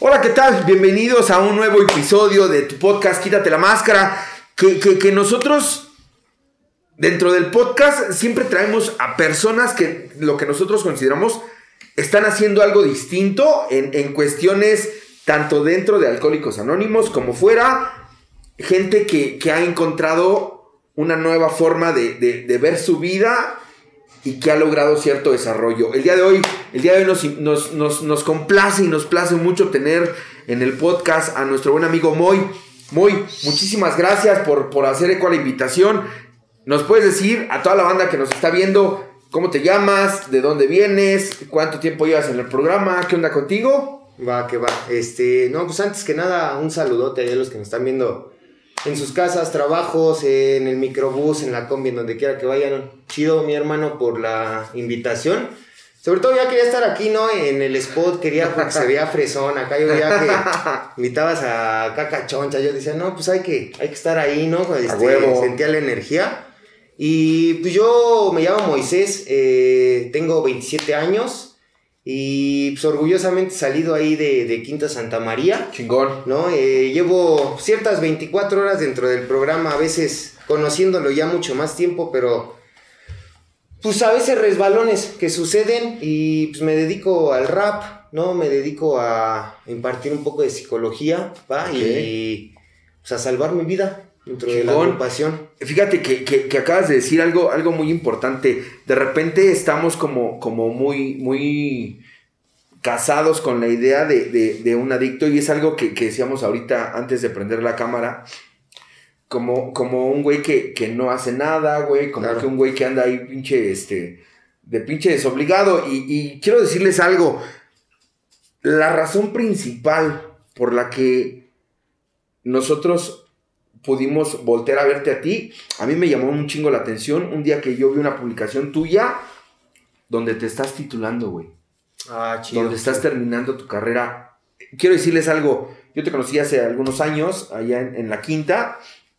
Hola, ¿qué tal? Bienvenidos a un nuevo episodio de tu podcast Quítate la Máscara. Que nosotros, dentro del podcast, siempre traemos a personas que lo que nosotros consideramos están haciendo algo distinto en cuestiones tanto dentro de Alcohólicos Anónimos como fuera. Gente que ha encontrado una nueva forma de ver su vida y que ha logrado cierto desarrollo. El día de hoy nos complace y nos place mucho tener en el podcast a nuestro buen amigo Moy. Moy, muchísimas gracias por hacer eco a la invitación. ¿Nos puedes decir a toda la banda que nos está viendo cómo te llamas, de dónde vienes, cuánto tiempo llevas en el programa, qué onda contigo? Va, que va. No, pues antes que nada, un saludote a los que nos están viendo en sus casas, trabajos, en el microbús, en la combi, en donde quiera que vayan. Chido, mi hermano, por la invitación. Sobre todo ya quería estar aquí, ¿no? En el spot, quería porque se veía fresón. Acá yo veía que invitabas a Caca Choncha. Yo decía, no, pues hay que estar ahí, ¿no? Sentía la energía. Y pues yo me llamo Moisés, tengo 27 años. Y pues orgullosamente salido ahí de Quinta Santa María. Chingón. ¿No? Llevo ciertas 24 horas dentro del programa, a veces conociéndolo ya mucho más tiempo, pero pues a veces resbalones que suceden y pues me dedico al rap, ¿no? Me dedico a impartir un poco de psicología, ¿va? Okay. Y pues a salvar mi vida dentro Chingón. De la agrupación. Fíjate que acabas de decir algo muy importante. De repente estamos como muy casados con la idea de un adicto, y es algo que decíamos ahorita antes de prender la cámara, como un güey que no hace nada, güey, como claro. Que un güey que anda ahí pinche desobligado, y quiero decirles algo. La razón principal por la que nosotros pudimos voltear a verte a ti, a mí me llamó un chingo la atención un día que yo vi una publicación tuya donde te estás titulando, güey. Ah, chido. Donde estás terminando tu carrera. Quiero decirles algo. Yo te conocí hace algunos años allá en la Quinta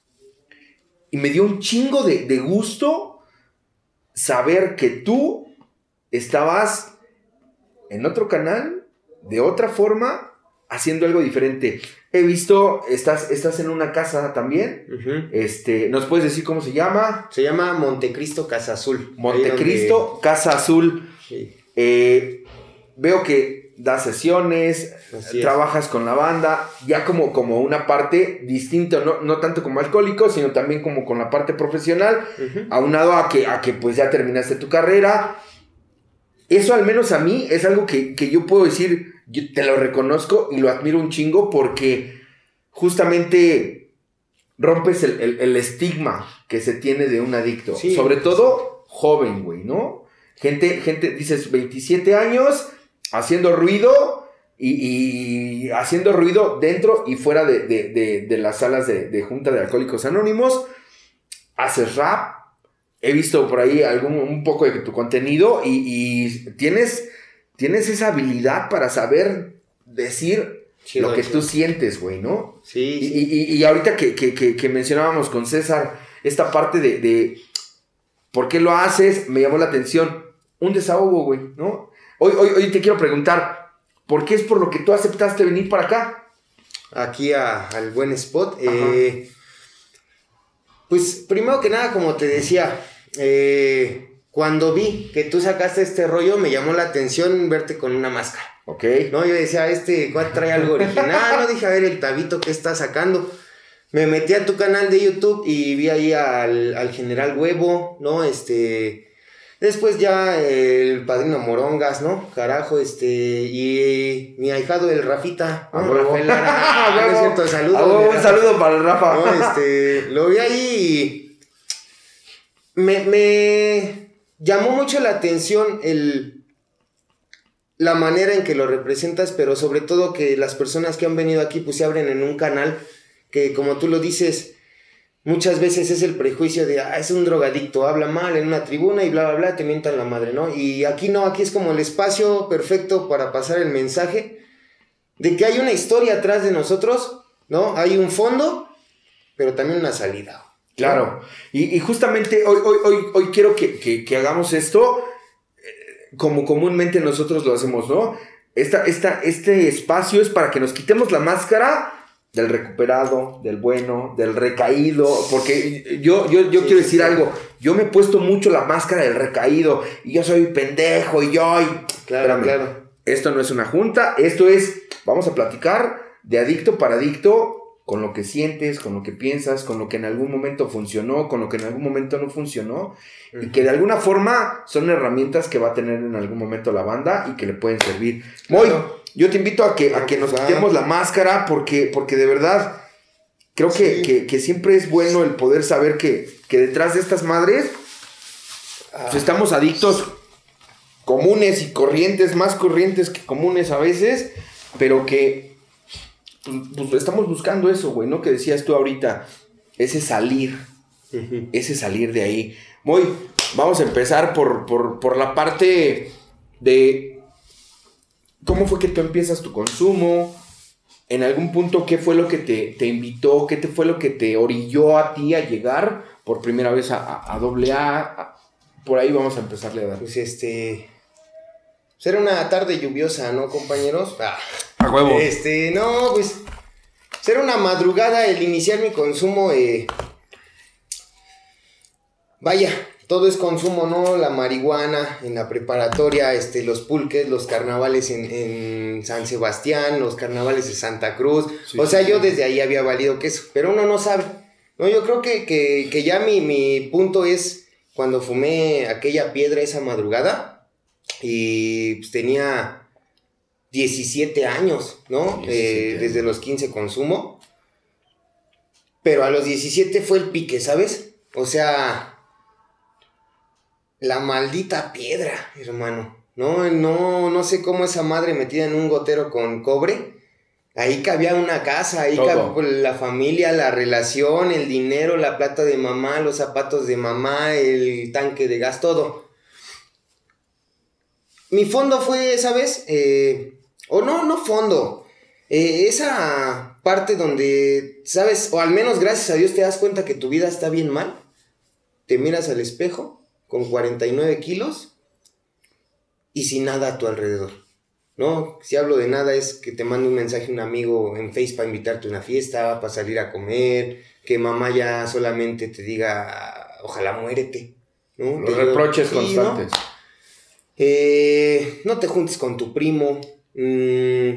y me dio un chingo de gusto saber que tú estabas en otro canal, de otra forma, haciendo algo diferente. He visto, estás en una casa también. Uh-huh. ¿Nos puedes decir cómo se llama? Se llama Montecristo Casa Azul. Montecristo Casa Azul. Sí. Veo que das sesiones, trabajas con la banda, ya como una parte distinta, no tanto como alcohólico, sino también como con la parte profesional, uh-huh. Aunado a que pues ya terminaste tu carrera. Eso al menos a mí es algo que yo puedo decir, yo te lo reconozco y lo admiro un chingo, porque justamente rompes el estigma que se tiene de un adicto. Sí. Sobre todo joven, güey, ¿no? Gente, dices, 27 años, haciendo ruido y haciendo ruido dentro y fuera de las salas de Junta de Alcohólicos Anónimos. Haces rap. He visto por ahí un poco de tu contenido y tienes esa habilidad para saber decir chido, lo que chido. Tú sientes, güey, ¿no? Sí. Y ahorita que mencionábamos con César esta parte de ¿por qué lo haces? Me llamó la atención. Un desahogo, güey, ¿no? Hoy te quiero preguntar, ¿por qué es por lo que tú aceptaste venir para acá? Aquí al buen spot. Pues primero que nada, como te decía, cuando vi que tú sacaste este rollo, me llamó la atención verte con una máscara. Ok. No, yo decía, ¿cuál trae algo original? No, dije, a ver el Tabito que está sacando. Me metí a tu canal de YouTube y vi ahí al General Huevo, ¿no? Después ya el Padrino Morongas, ¿no? Carajo, y mi ahijado el Rafita, ¿no? Rafael Lara. No es cierto, saludo. Un saludo para el Rafa. No, lo vi ahí y me llamó mucho la atención la manera en que lo representas, pero sobre todo que las personas que han venido aquí pues se abren en un canal que, como tú lo dices, muchas veces es el prejuicio de, es un drogadicto, habla mal en una tribuna y bla, bla, bla, te mientan la madre, ¿no? Y aquí no, aquí es como el espacio perfecto para pasar el mensaje de que hay una historia atrás de nosotros, ¿no? Hay un fondo, pero también una salida. Claro, y justamente hoy quiero que hagamos esto como comúnmente nosotros lo hacemos, ¿no? Este espacio es para que nos quitemos la máscara del recuperado, del bueno, del recaído, porque yo quiero decir algo, yo me he puesto mucho la máscara del recaído, y yo soy pendejo, Claro, espérame, claro. Esto no es una junta, esto es, vamos a platicar de adicto para adicto, con lo que sientes, con lo que piensas, con lo que en algún momento funcionó, con lo que en algún momento no funcionó, y que de alguna forma son herramientas que va a tener en algún momento la banda y que le pueden servir. Moy, yo te invito a que nos quitemos la máscara porque de verdad creo que siempre es bueno el poder saber que detrás de estas madres pues estamos adictos comunes y corrientes, más corrientes que comunes a veces, pero que pues estamos buscando eso, güey, ¿no? Que decías tú ahorita, ese salir de ahí. Moy, vamos a empezar por la parte de cómo fue que tú empiezas tu consumo, en algún punto qué fue lo que te invitó, qué fue lo que te orilló a ti a llegar por primera vez a AA, por ahí vamos a empezarle a dar. Pues era una tarde lluviosa, ¿no, compañeros? A huevo. No, pues era una madrugada el iniciar mi consumo, vaya, todo es consumo, ¿no? La marihuana en la preparatoria, los pulques, los carnavales en San Sebastián, los carnavales de Santa Cruz. Sí, o sea, yo desde ahí había valido queso, pero uno no sabe. No, yo creo que ya mi punto es cuando fumé aquella piedra esa madrugada y pues tenía 17 años, ¿no? 17 desde los 15 consumo. Pero a los 17 fue el pique, ¿sabes? O sea, la maldita piedra, hermano. No sé cómo esa madre metida en un gotero con cobre. Ahí cabía una casa, ahí cabía la familia, la relación, el dinero, la plata de mamá, los zapatos de mamá, el tanque de gas, todo. Mi fondo fue, ¿sabes? No fondo. Esa parte donde, ¿sabes? O al menos gracias a Dios te das cuenta que tu vida está bien mal. Te miras al espejo con 49 kilos y sin nada a tu alrededor, ¿no? Si hablo de nada es que te mande un mensaje un amigo en Face para invitarte a una fiesta, para salir a comer, que mamá ya solamente te diga, ojalá muérete, ¿no? Los reproches constantes. ¿No? No te juntes con tu primo, no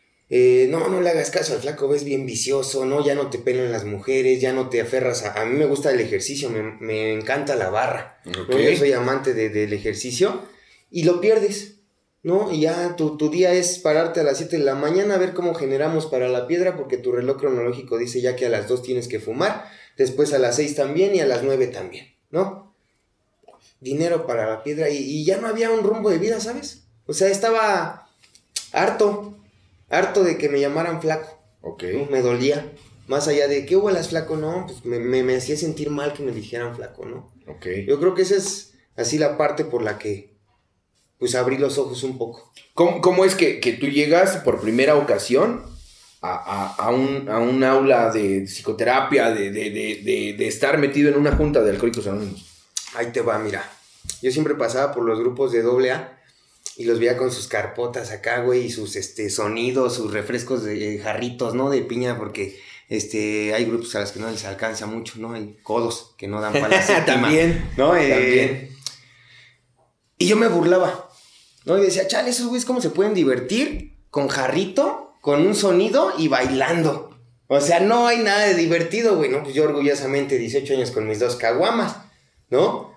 le hagas caso al flaco, ves bien vicioso, ¿no? Ya no te pelan las mujeres, ya no te aferras a mí me gusta el ejercicio, me encanta la barra, ¿no? Yo soy amante del ejercicio y lo pierdes, ¿no? Y ya tu día es pararte a las 7 de la mañana a ver cómo generamos para la piedra, porque tu reloj cronológico dice ya que a las 2 tienes que fumar, después a las 6 también y a las 9 también, ¿no? Dinero para la piedra y ya no había un rumbo de vida, ¿sabes? O sea, estaba harto de que me llamaran flaco. Okay. Me dolía. Más allá de, ¿qué huelas flaco? No, pues me hacía sentir mal que me dijeran flaco, ¿no? Okay. Yo creo que esa es así la parte por la que, pues, abrí los ojos un poco. ¿Cómo es que tú llegas por primera ocasión a un aula de psicoterapia, de estar metido en una junta de Alcohólicos Anónimos? Ahí te va, mira. Yo siempre pasaba por los grupos de AA y los veía con sus carpotas acá, güey, y sus sonidos, sus refrescos de jarritos, ¿no? De piña, porque hay grupos a los que no les alcanza mucho, ¿no? Hay codos que no dan para la séptima. También, ¿no? También. Y yo me burlaba, ¿no? Y decía, chale, esos güeyes cómo se pueden divertir con jarrito, con un sonido y bailando. O sea, no hay nada de divertido, güey, ¿no? Pues yo orgullosamente 18 años con mis 2 caguamas, ¿no?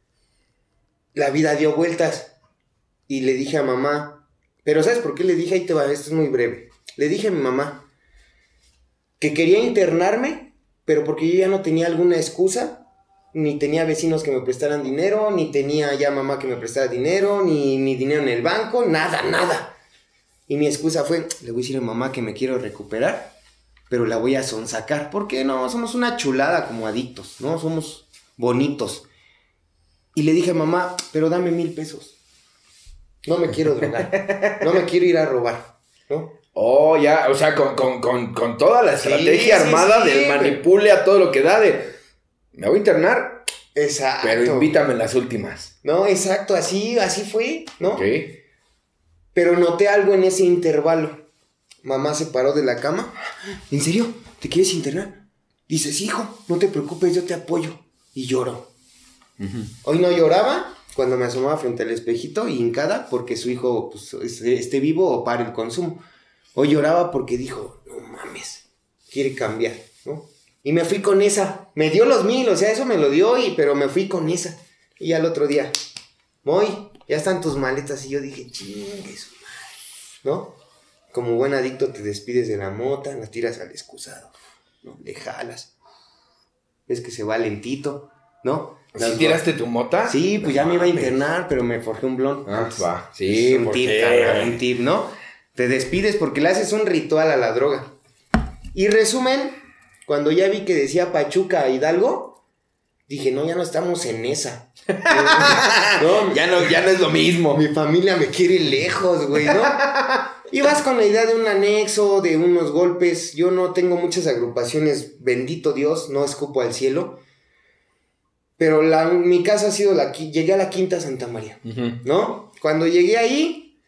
La vida dio vueltas. Y le dije a mamá, pero ¿sabes por qué le dije? Ahí te va, esto es muy breve. Le dije a mi mamá que quería internarme, pero porque yo ya no tenía alguna excusa, ni tenía vecinos que me prestaran dinero, ni tenía ya mamá que me prestara dinero, ni dinero en el banco, nada. Y mi excusa fue, le voy a decir a mamá que me quiero recuperar, pero la voy a sonsacar, porque no, somos una chulada como adictos, ¿no? Somos bonitos. Y le dije a mamá, pero dame 1,000 pesos. No me quiero drogar, no me quiero ir a robar, ¿no? Oh, ya, o sea, con toda la estrategia armada del manipule a todo lo que da de, me voy a internar, exacto, pero invítame en las últimas. No, exacto, así fue, ¿no? Ok. Pero noté algo en ese intervalo. Mamá se paró de la cama. ¿En serio? ¿Te quieres internar? Dices, hijo, no te preocupes, yo te apoyo. Y lloró. Uh-huh. Hoy no lloraba cuando me asomaba frente al espejito y hincada porque su hijo pues, esté vivo o pare el consumo. Hoy lloraba porque dijo, no mames, quiere cambiar, ¿no? Y me fui con esa. Me dio los 1,000, o sea, eso me lo dio, pero me fui con esa. Y al otro día, Moy, ya están tus maletas. Y yo dije, chingue su madre, ¿no? Como buen adicto te despides de la mota, la tiras al excusado, ¿no? Le jalas. Ves que se va lentito, ¿no? ¿Sí tiraste tu mota? Sí, pues ya me iba a internar, pero me forjé un blon. Va. Sí, un tip, carnal, un tip, ¿no? Te despides porque le haces un ritual a la droga. Y resumen, cuando ya vi que decía Pachuca Hidalgo, dije, no, ya no estamos en esa. No, ya no es lo mismo. Mi familia me quiere lejos, güey, ¿no? Y vas con la idea de un anexo, de unos golpes. Yo no tengo muchas agrupaciones, bendito Dios, no escupo al cielo. Pero mi casa ha sido llegué a la Quinta Santa María, uh-huh. ¿No? Cuando llegué ahí,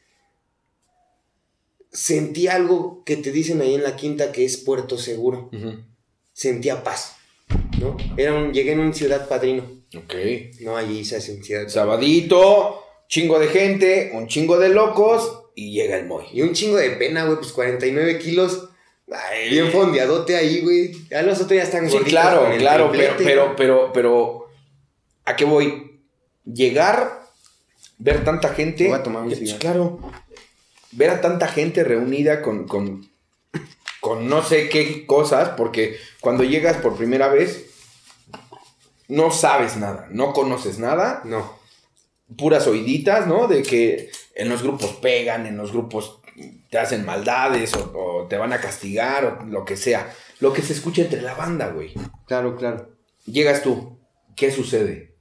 sentí algo que te dicen ahí en la Quinta que es Puerto Seguro. Uh-huh. Sentía paz, ¿no? Llegué en un Ciudad Padrino. Ok. No, allí se hace un Ciudad Padrino. Sabadito, chingo de gente, un chingo de locos y llega el Moy. Y un chingo de pena, güey, pues 49 kilos. Ay, bien fondeadote ahí, güey. Ya los otros ya están gorditos. Sí, claro, pero ¿a qué voy? Llegar, ver tanta gente. Voy a tomar un cigarro. Claro. Ver a tanta gente reunida con no sé qué cosas, porque cuando llegas por primera vez, no sabes nada, no conoces nada. No. Puras oíditas, ¿no? De que en los grupos pegan, en los grupos te hacen maldades o te van a castigar o lo que sea. Lo que se escucha entre la banda, güey. Claro. Llegas tú, ¿qué sucede?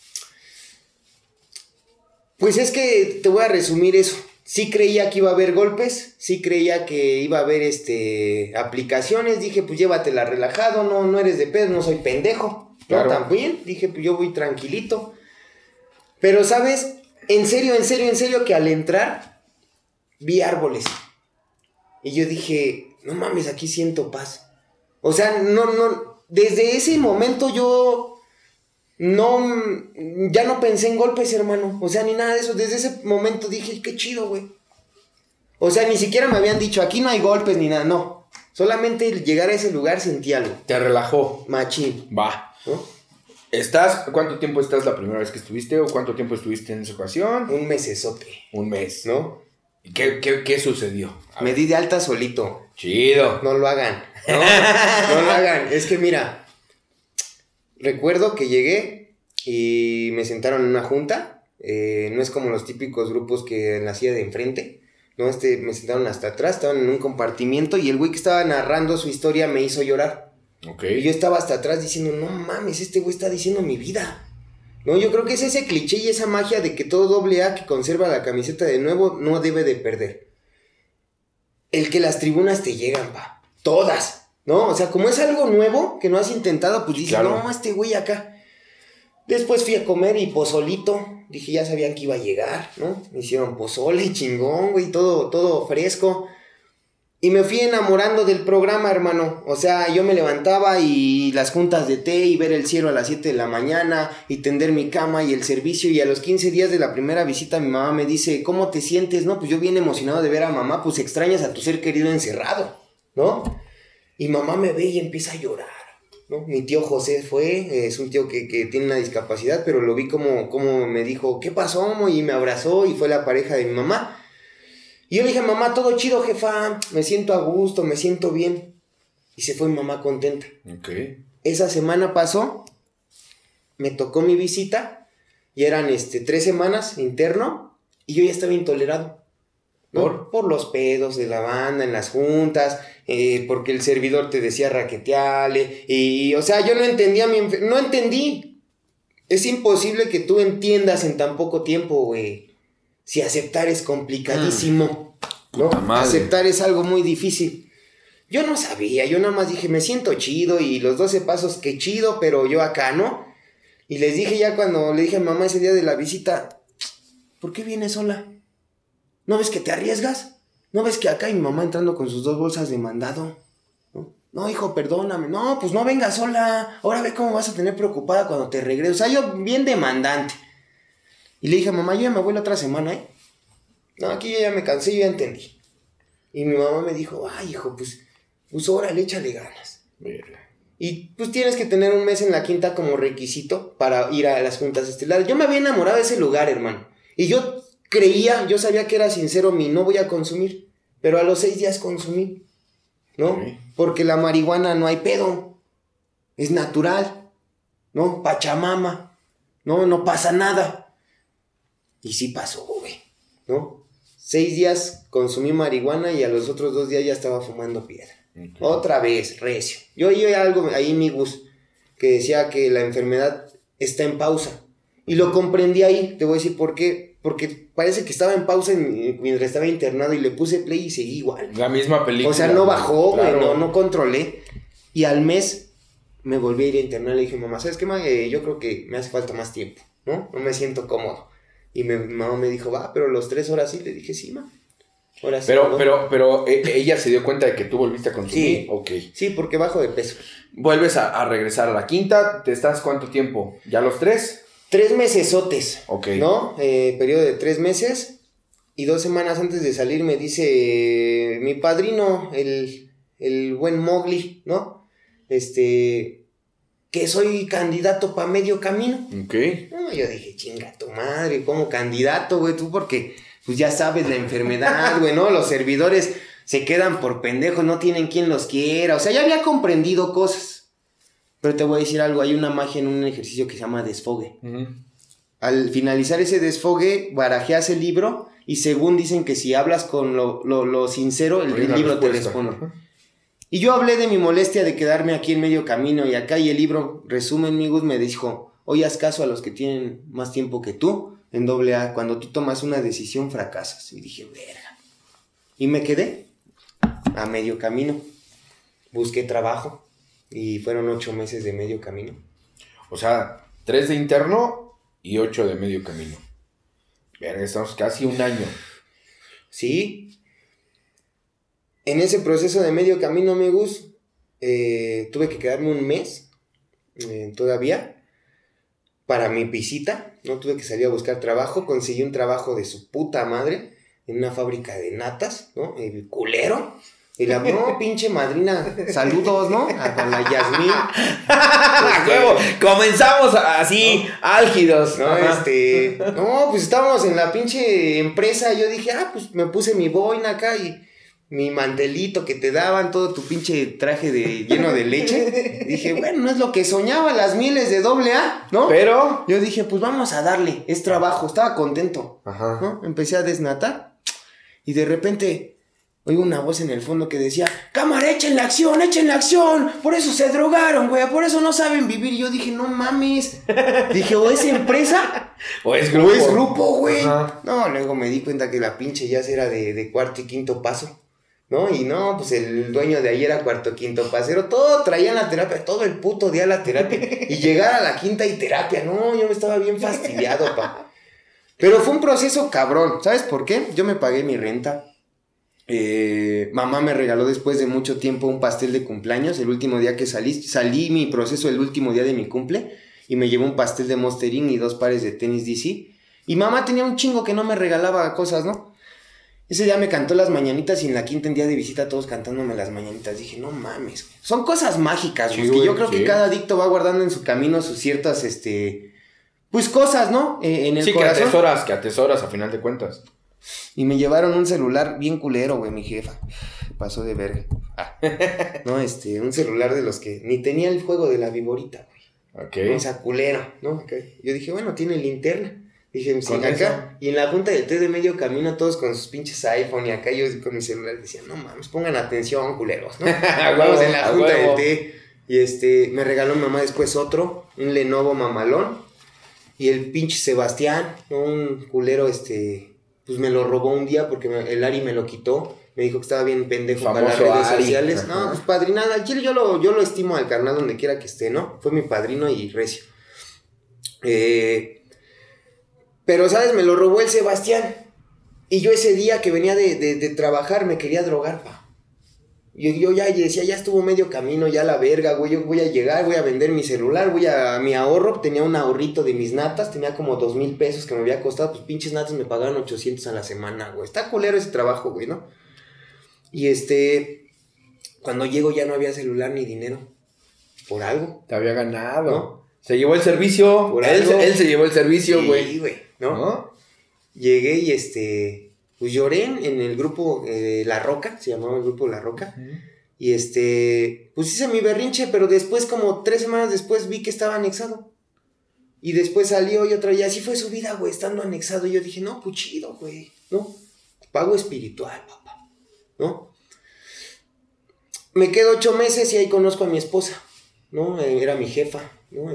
Pues es que te voy a resumir eso. Sí creía que iba a haber golpes, sí creía que iba a haber aplicaciones. Dije, pues llévatela relajado, no eres de pedo, no soy pendejo. Claro. No, también, dije, pues yo voy tranquilito. Pero, ¿sabes? En serio, que al entrar vi árboles. Y yo dije, no mames, aquí siento paz. O sea, no, desde ese momento yo ya no pensé en golpes, hermano. O sea, ni nada de eso. Desde ese momento dije, qué chido, güey. O sea, ni siquiera me habían dicho, aquí no hay golpes ni nada, no. Solamente llegar a ese lugar sentí algo. Te relajó. Machín. Va. ¿No? ¿Cuánto tiempo estás la primera vez que estuviste o cuánto tiempo estuviste en esa ocasión? Un mesesote. Un mes. ¿No? ¿Y qué sucedió? Me di de alta solito. Chido. No lo hagan. No lo hagan. Es que mira, recuerdo que llegué y me sentaron en una junta. No es como los típicos grupos que en la silla de enfrente. No, me sentaron hasta atrás, estaban en un compartimiento y el güey que estaba narrando su historia me hizo llorar. Okay. Y yo estaba hasta atrás diciendo, no mames, este güey está diciendo mi vida. No, yo creo que es ese cliché y esa magia de que todo AA que conserva la camiseta de nuevo no debe de perder. El que las tribunas te llegan, pa. Todas, ¿no? O sea, como es algo nuevo que no has intentado, pues dices, claro. No, este güey acá. Después fui a comer y pozolito. Dije, ya sabían que iba a llegar, ¿no? Me hicieron pozole, chingón, güey, todo fresco. Y me fui enamorando del programa, hermano. O sea, yo me levantaba y las juntas de té y ver el cielo a las 7 de la mañana y tender mi cama y el servicio. Y a los 15 días de la primera visita mi mamá me dice, ¿cómo te sientes? No, pues yo bien emocionado de ver a mamá, pues extrañas a tu ser querido encerrado, ¿no? Y mamá me ve y empieza a llorar, ¿no? Mi tío José es un tío que tiene una discapacidad, pero lo vi como me dijo, ¿qué pasó, mo? Y me abrazó y fue la pareja de mi mamá. Y yo le dije, mamá, todo chido, jefa, me siento a gusto, me siento bien. Y se fue mi mamá contenta. Okay. Esa semana pasó, me tocó mi visita, y eran 3 semanas interno, y yo ya estaba intolerado. ¿No? Por los pedos de la banda en las juntas, porque el servidor te decía raqueteale, y o sea, yo no entendía no entendí. Es imposible que tú entiendas en tan poco tiempo, güey. Si aceptar es complicadísimo, ¿no? Aceptar es algo muy difícil. Yo no sabía, yo nada más dije, me siento chido, y los 12 pasos, qué chido, pero yo acá, ¿no? Y les dije ya cuando le dije a mamá ese día de la visita, ¿por qué vienes sola? ¿No ves que te arriesgas? ¿No ves que acá hay mi mamá entrando con sus 2 bolsas de mandado? No, hijo, perdóname. No, pues no vengas sola. Ahora ve cómo vas a tener preocupada cuando te regreses. O sea, yo bien demandante. Y le dije, mamá, yo ya me voy la otra semana, ¿eh? No, aquí yo ya me cansé, yo ya entendí. Y mi mamá me dijo, ay, hijo, pues órale, échale ganas. Verga. Y pues tienes que tener un mes en la quinta como requisito para ir a las juntas estelares. Yo me había enamorado de ese lugar, hermano. Y yo sabía que era sincero mi no voy a consumir. Pero a los 6 días consumí, ¿no? Okay. Porque la marihuana no hay pedo. Es natural, ¿no? Pachamama, ¿no? No pasa nada. Y sí pasó, güey, ¿no? 6 días consumí marihuana y a los otros 2 días ya estaba fumando piedra. Okay. Otra vez, recio. Yo oí algo ahí, mi Gus, que decía que la enfermedad está en pausa. Y lo comprendí ahí, te voy a decir por qué. Porque parece que estaba en pausa mientras estaba internado y le puse play y seguí igual. La misma película. O sea, no bajó, güey, claro. no controlé. Y al mes me volví a ir a internar y le dije, mamá, ¿sabes qué, ma? Yo creo que me hace falta más tiempo, ¿no? No me siento cómodo. Y mi mamá me dijo, va, pero los 3 horas sí. Le dije, sí, ma. Ahora sí. Pero ella se dio cuenta de que tú volviste a consumir. Sí, okay. Sí, porque bajo de peso. Vuelves a regresar a la quinta. ¿Te estás cuánto tiempo? ¿Ya los 3? 3 mesesotes, okay. ¿No? Periodo de 3 meses. Y 2 semanas antes de salir me dice mi padrino, el buen Mowgli, ¿no? Que soy candidato para medio camino. Ok. No, yo dije, chinga tu madre, ¿cómo candidato, güey? Tú porque, pues ya sabes la enfermedad, güey, ¿no? Los servidores se quedan por pendejos, no tienen quien los quiera. O sea, ya había comprendido cosas. Pero te voy a decir algo, hay una magia en un ejercicio que se llama desfogue. Uh-huh. Al finalizar ese desfogue, barajeas el libro y según dicen que si hablas con lo sincero, el libro te responde. Uh-huh. Y yo hablé de mi molestia de quedarme aquí en medio camino y acá, y el libro, resumen, mi Gus, me dijo, oye, haz caso a los que tienen más tiempo que tú en AA, cuando tú tomas una decisión fracasas. Y dije, verga. Y me quedé a medio camino, busqué trabajo y fueron 8 meses de medio camino. O sea, 3 de interno y 8 de medio camino. Verga, estamos casi 1 año. Sí. En ese proceso de medio camino, amigos, tuve que quedarme 1 mes todavía para mi visita. No tuve que salir a buscar trabajo. Conseguí un trabajo de su puta madre en una fábrica de natas, ¿no? El culero. Y la pinche madrina, saludos, ¿no? Con la Yasmín. ¡Huevo! Comenzamos así, ¿no? Álgidos. No, pues estábamos en la pinche empresa. Yo dije, pues me puse mi boina acá y mi mantelito que te daban, todo tu pinche traje lleno de leche. Dije, bueno, no es lo que soñaba, las mieles de AA, ¿no? Pero yo dije, pues vamos a darle, es trabajo, estaba contento. Ajá. ¿No? Empecé a desnatar y de repente oigo una voz en el fondo que decía, cámara, echen la acción, por eso se drogaron, güey, por eso no saben vivir. Y yo dije, no mames. Dije, o es empresa o es grupo, güey. No, luego me di cuenta que la pinche ya era de 4º y 5º paso. ¿No? Y no, pues el dueño de ahí era 4º, 5º pasero, todo traían la terapia, todo el puto día la terapia, y llegar a la 5ª y terapia, no, yo me estaba bien fastidiado, pa. Pero fue un proceso cabrón, ¿sabes por qué? Yo me pagué mi renta, mamá me regaló después de mucho tiempo un pastel de cumpleaños, el último día que salí mi proceso el último día de mi cumple, y me llevó un pastel de Monster Inc. y 2 pares de tenis DC, y mamá tenía un chingo que no me regalaba cosas, ¿no? Ese día me cantó las mañanitas y en la 5ª en día de visita todos cantándome las mañanitas. Dije, no mames, son cosas mágicas, güey, que yo creo que cada adicto va guardando en su camino sus ciertas, pues cosas, ¿no? En el corazón. Que atesoras a final de cuentas. Y me llevaron un celular bien culero, güey, mi jefa. Pasó de verga. No, un celular de los que ni tenía el juego de la viborita, güey. Ok. O sea, culero, ¿no? Okay. Yo dije, bueno, tiene linterna. Dije, sí, acá, y en la junta del té de medio camino, todos con sus pinches iPhone, y acá yo con mi celular decía, no mames, pongan atención, culeros, ¿no? Vamos en la junta del té, y me regaló mi mamá después otro, un Lenovo mamalón, y el pinche Sebastián, un culero, pues me lo robó un día porque el Ari me lo quitó, me dijo que estaba bien pendejo para las redes sociales. Ajá. No, pues padrinada, al chile yo lo estimo al carnal donde quiera que esté, ¿no? Fue mi padrino y recio. Pero, ¿sabes? Me lo robó el Sebastián. Y yo ese día que venía de trabajar me quería drogar, pa. Yo ya decía, ya estuvo medio camino, ya la verga, güey, yo voy a llegar, voy a vender mi celular, voy a mi ahorro, tenía un ahorrito de mis natas, tenía como 2,000 pesos que me había costado, pues pinches natas me pagaban 800 a la semana, güey, está culero ese trabajo, güey, ¿no? Y cuando llego ya no había celular ni dinero, por algo. Te había ganado, ¿no? Se llevó el servicio, él se llevó el servicio, güey. Sí, güey, ¿no? Llegué y pues lloré en el grupo La Roca, se llamaba el grupo La Roca. Uh-huh. Y pues hice mi berrinche, pero después, como 3 semanas después, vi que estaba anexado. Y después salió y otra, y así fue su vida, güey, estando anexado. Y yo dije, no, pues chido, güey, ¿no? Pago espiritual, papá, ¿no? Me quedo 8 meses y ahí conozco a mi esposa, ¿no? Era mi jefa, ¿no?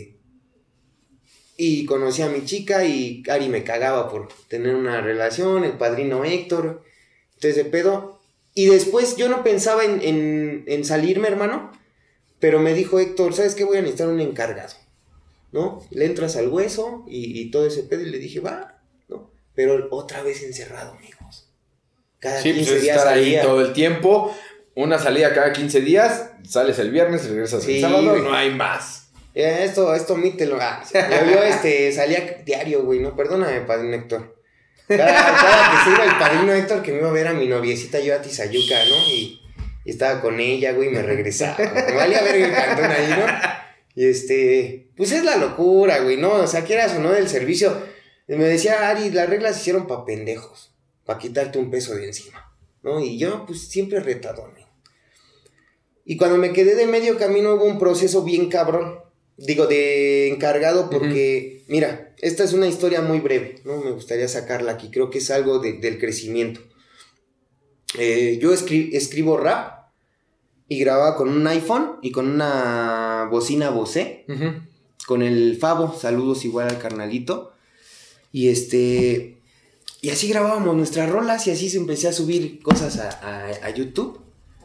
Y conocí a mi chica y Ari me cagaba por tener una relación, el padrino Héctor, entonces de pedo. Y después yo no pensaba en salirme, hermano, pero me dijo Héctor, ¿sabes qué? Voy a necesitar un encargado, ¿no? Le entras al hueso y todo ese pedo y le dije, va, ¿no? Pero otra vez encerrado, amigos. Cada 15 días estar ahí todo el tiempo, una salida cada 15 días, sales el viernes, regresas el sábado, no hay más. Esto omítelo. Yo salía diario, güey, ¿no? Perdóname, padrino Héctor. Cada que se iba el padrino Héctor, que me iba a ver a mi noviecita, yo a Tizayuca, ¿no? Y estaba con ella, güey, y me regresaba. Me valía ver el cantón ahí, ¿no? Y pues es la locura, güey, ¿no? O sea, quieras o no del servicio. Me decía Ari, las reglas se hicieron pa' pendejos, pa' quitarte un peso de encima, ¿no? Y yo, pues, siempre retadón, güey. Y cuando me quedé de medio camino hubo un proceso bien cabrón. Digo, de encargado porque, mira, esta es una historia muy breve, ¿no? Me gustaría sacarla aquí, creo que es algo del crecimiento. Yo escribo rap y grababa con un iPhone y con una bocina Bose, con el Favo, saludos igual al carnalito. Y así grabábamos nuestras rolas y así se empecé a subir cosas a YouTube.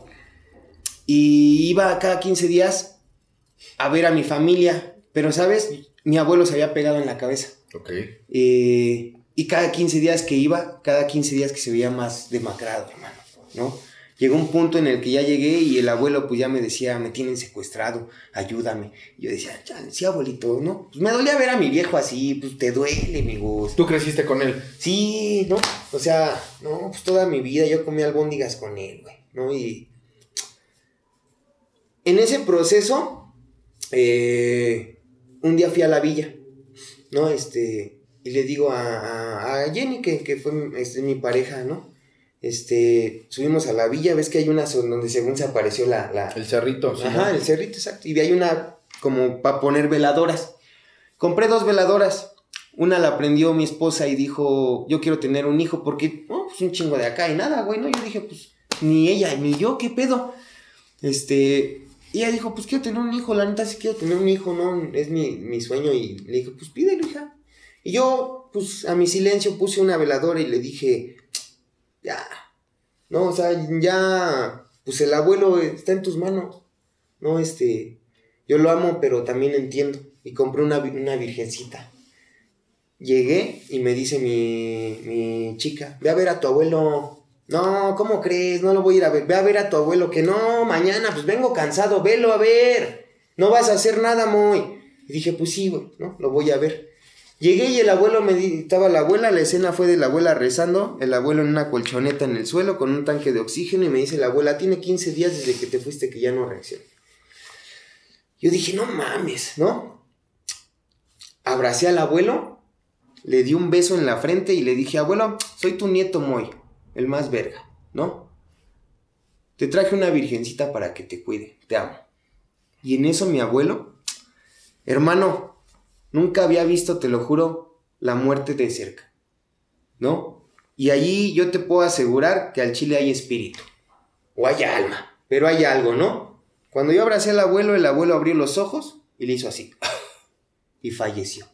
Y iba cada 15 días a ver a mi familia, pero, ¿sabes? Mi abuelo se había pegado en la cabeza. Ok. Y cada 15 días que iba, cada 15 días que se veía más demacrado, hermano, ¿no? Llegó un punto en el que ya llegué y el abuelo pues ya me decía, me tienen secuestrado, ayúdame. Y yo decía, sí, abuelito, ¿no? Pues me dolía ver a mi viejo así, pues te duele, mi gusto. ¿Tú creciste con él? Sí, ¿no? O sea, no, pues toda mi vida yo comía albóndigas con él, güey, ¿no? Y en ese proceso, un día fui a la villa, ¿no? Y le digo a Jenny, que fue mi pareja, ¿no? Subimos a la villa, ves que hay una donde según se apareció el cerrito. Sí, ajá, ¿no? El cerrito, exacto. Y hay una como para poner veladoras. Compré 2 veladoras. Una la prendió mi esposa y dijo, yo quiero tener un hijo porque, pues un chingo de acá y nada, güey, ¿no? Yo dije, pues, ni ella, ni yo, ¿qué pedo? Y ella dijo, pues quiero tener un hijo, la neta sí quiero tener un hijo, ¿no? Es mi sueño. Y le dije, pues pídelo, hija. Y yo, pues a mi silencio puse una veladora y le dije, ya, no, o sea, ya, pues el abuelo está en tus manos, ¿no? Yo lo amo, pero también entiendo. Y compré una virgencita. Llegué y me dice mi chica, ve a ver a tu abuelo. No, ¿cómo crees? No lo voy a ir a ver. Ve a ver a tu abuelo, que no, mañana, pues vengo cansado, velo a ver. No vas a hacer nada, Moy. Y dije, pues sí, güey, ¿no? Lo voy a ver. Llegué y el abuelo estaba la abuela, la escena fue de la abuela rezando, el abuelo en una colchoneta en el suelo con un tanque de oxígeno y me dice la abuela, tiene 15 días desde que te fuiste que ya no reacciona. Yo dije, no mames, ¿no? Abracé al abuelo, le di un beso en la frente y le dije, abuelo, soy tu nieto Moy, el más verga, ¿no? Te traje una virgencita para que te cuide, te amo. Y en eso mi abuelo, hermano, nunca había visto, te lo juro, la muerte de cerca, ¿no? Y allí yo te puedo asegurar que al chile hay espíritu, o hay alma, pero hay algo, ¿no? Cuando yo abracé al abuelo, el abuelo abrió los ojos y le hizo así, y falleció.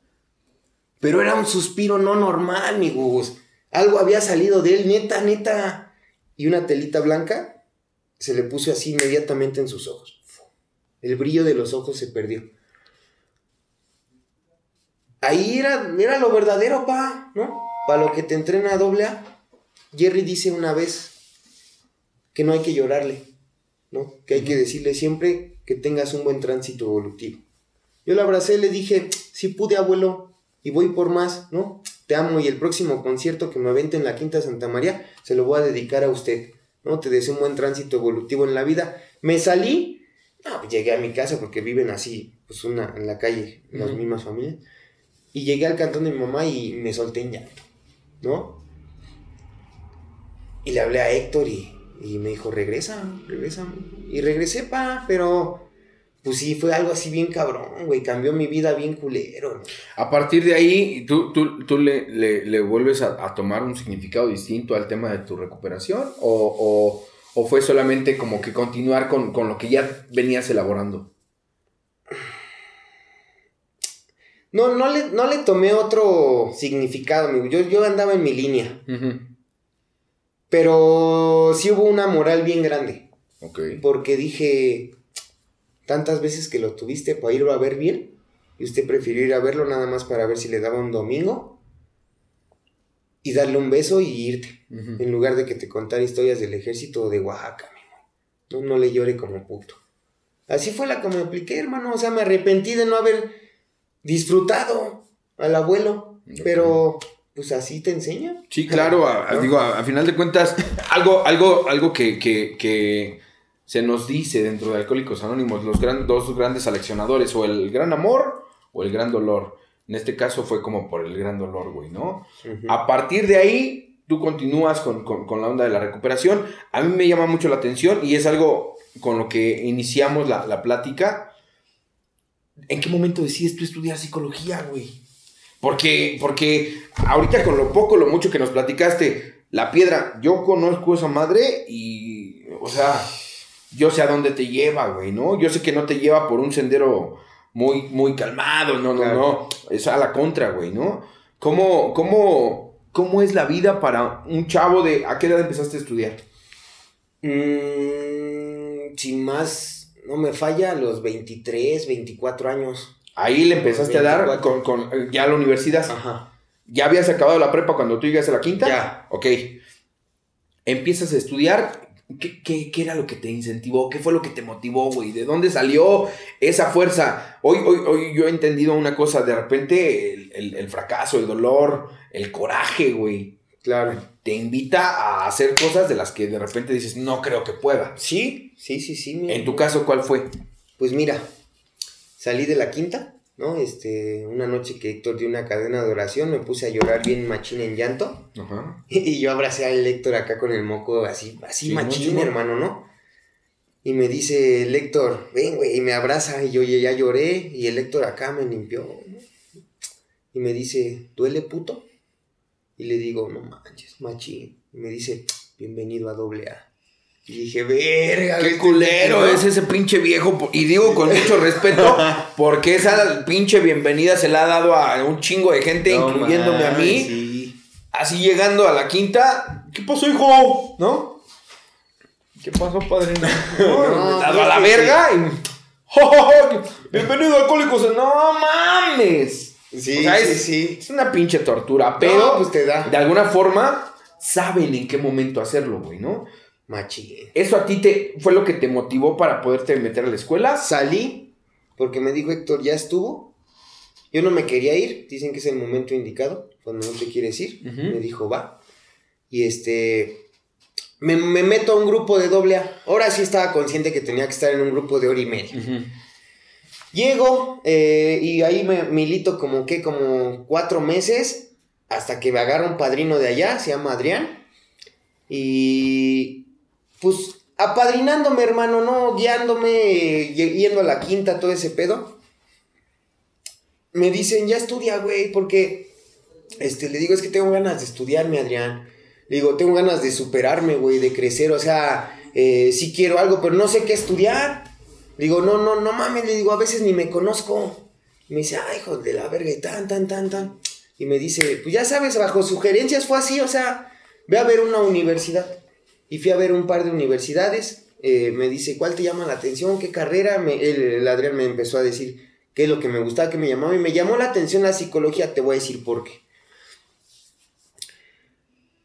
Pero era un suspiro no normal, mi Gus. Algo había salido de él, neta. Y una telita blanca se le puso así inmediatamente en sus ojos. El brillo de los ojos se perdió. Ahí era lo verdadero, pa, ¿no? para lo que te entrena AA, Jerry dice una vez que no hay que llorarle, ¿no? Que hay que decirle siempre que tengas un buen tránsito evolutivo. Yo lo abracé, le dije, si pude, abuelo, y voy por más, ¿no? Te amo, y el próximo concierto que me avente en la Quinta Santa María se lo voy a dedicar a usted, ¿no? Te deseo un buen tránsito evolutivo en la vida. Me salí, pues llegué a mi casa porque viven así, pues en la calle, las mismas familias, y llegué al cantón de mi mamá y me solté en llanto, ¿no? Y le hablé a Héctor y me dijo, regresa. Y regresé, pero pues sí, fue algo así bien cabrón, güey. Cambió mi vida bien culero, ¿no? A partir de ahí, ¿tú le vuelves a tomar un significado distinto al tema de tu recuperación? ¿O fue solamente como que continuar con lo que ya venías elaborando? No le tomé otro significado, amigo. Yo andaba en mi línea. Uh-huh. Pero sí hubo una moral bien grande. Okay. Porque dije, tantas veces que lo tuviste para irlo a ver bien, y usted prefirió ir a verlo nada más para ver si le daba un domingo y darle un beso y irte. Uh-huh. En lugar de que te contara historias del ejército o de Oaxaca, amigo. No le llore como puto. Así fue la que me apliqué, hermano. O sea, me arrepentí de no haber disfrutado al abuelo. Okay. Pero pues así te enseña. Sí, claro. A final de cuentas, algo que se nos dice dentro de Alcohólicos Anónimos, los dos grandes seleccionadores, o el gran amor o el gran dolor. En este caso fue como por el gran dolor, güey, ¿no? Uh-huh. A partir de ahí, tú continúas con la onda de la recuperación. A mí me llama mucho la atención y es algo con lo que iniciamos la plática. ¿En qué momento decides tú estudiar psicología, güey? Porque ahorita con lo poco, lo mucho que nos platicaste, la piedra, yo conozco esa madre y, o sea, yo sé a dónde te lleva, güey, ¿no? Yo sé que no te lleva por un sendero muy, muy calmado, no, es a la contra, güey, ¿no? ¿Cómo es la vida para un chavo de... ¿A qué edad empezaste a estudiar? Sin más, no me falla, a los 23, 24 años. Ahí le empezaste a dar con ya la universidad. Ajá. ¿Ya habías acabado la prepa cuando tú llegas a la quinta? Ya. Ok. Empiezas a estudiar. ¿Qué era lo que te incentivó? ¿Qué fue lo que te motivó, güey? ¿De dónde salió esa fuerza? Hoy yo he entendido una cosa. De repente el fracaso, el dolor, el coraje, güey. Claro. Te invita a hacer cosas de las que de repente dices, no creo que pueda. Sí. En tu caso, ¿cuál fue? Pues mira, salí de la quinta, ¿no? Una noche que Héctor dio una cadena de oración, me puse a llorar bien machín en llanto. Ajá. Y yo abracé al Héctor acá con el moco así sí, machín, mucho, hermano, ¿no? Y me dice el Héctor, ven, güey, y me abraza, y yo ya lloré, y el Héctor acá me limpió, ¿no? Y me dice, ¿duele, puto? Y le digo, no manches, machín. Y me dice, bienvenido a AA. Y dije, verga. Qué culero es ese pinche viejo. Y digo con mucho respeto, porque esa pinche bienvenida se la ha dado a un chingo de gente, no, incluyéndome a mí. Sí. Así llegando a la quinta, ¿qué pasó, hijo? ¿No? ¿Qué pasó, padre? No, dado a la verga y... bienvenido a Alcohólicos. No mames. Sí, o sea, sí. Es una pinche tortura, pero pues te da. De alguna forma saben en qué momento hacerlo, güey, ¿no? Machín. ¿Eso a ti fue lo que te motivó para poderte meter a la escuela? Salí porque me dijo Héctor, ya estuvo. Yo no me quería ir, dicen que es el momento indicado, cuando no te quieres ir. Uh-huh. Me dijo, va. Y me meto a un grupo de AA. Ahora sí estaba consciente que tenía que estar en un grupo de hora y media. Uh-huh. Llego y ahí me milito como 4 meses hasta que me agarra un padrino de allá, se llama Adrián. Y pues apadrinándome, hermano, ¿no? Guiándome, yendo a la quinta, todo ese pedo. Me dicen, ya estudia, güey, porque le digo, es que tengo ganas de estudiarme, Adrián. Le digo, tengo ganas de superarme, güey, de crecer, o sea, sí quiero algo, pero no sé qué estudiar. Le digo, no mames, le digo, a veces ni me conozco. Y me dice, ay, hijo de la verga, y tan. Y me dice, pues ya sabes, bajo sugerencias fue así, o sea, ve a ver una universidad. Y fui a ver un par de universidades. Me dice, ¿cuál te llama la atención? ¿Qué carrera? El Adrián me empezó a decir qué es lo que me gustaba, qué me llamaba. Y me llamó la atención la psicología, te voy a decir por qué.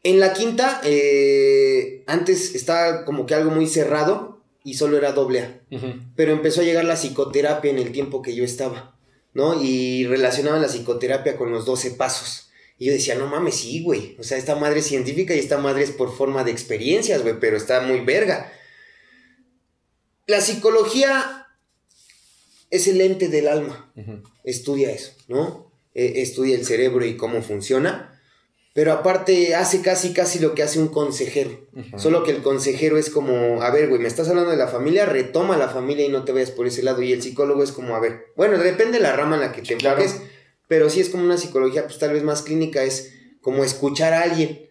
En la quinta, antes estaba como que algo muy cerrado y solo era AA. Uh-huh. Pero empezó a llegar la psicoterapia en el tiempo que yo estaba, ¿no? Y relacionaban la psicoterapia con los 12 pasos. Y yo decía, no mames, sí, güey. O sea, esta madre es científica y esta madre es por forma de experiencias, güey, pero está muy verga. La psicología es el ente del alma. Uh-huh. Estudia eso, ¿no? Estudia el cerebro y cómo funciona. Pero aparte hace casi lo que hace un consejero. Uh-huh. Solo que el consejero es como, a ver, güey, me estás hablando de la familia, retoma la familia y no te vayas por ese lado. Y el psicólogo es como, a ver, bueno, depende de la rama en la que te enfoques, claro. Pero sí es como una psicología, pues tal vez más clínica, es como escuchar a alguien.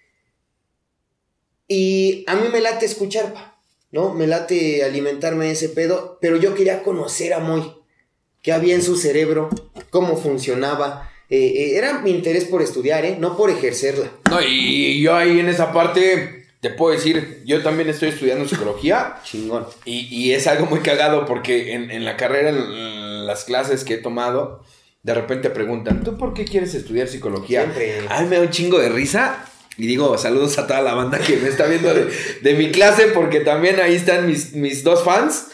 Y a mí me late escuchar, ¿no? Me late alimentarme de ese pedo, pero yo quería conocer a Moy, qué había en su cerebro, cómo funcionaba. Era mi interés por estudiar, no por ejercerla. No, y yo ahí en esa parte te puedo decir, yo también estoy estudiando psicología. Chingón. Y es algo muy cagado porque en la carrera, en las clases que he tomado, de repente preguntan, ¿tú por qué quieres estudiar psicología? Siempre. A mí me da un chingo de risa. Y digo, saludos a toda la banda que me está viendo de mi clase, porque también ahí están mis dos fans.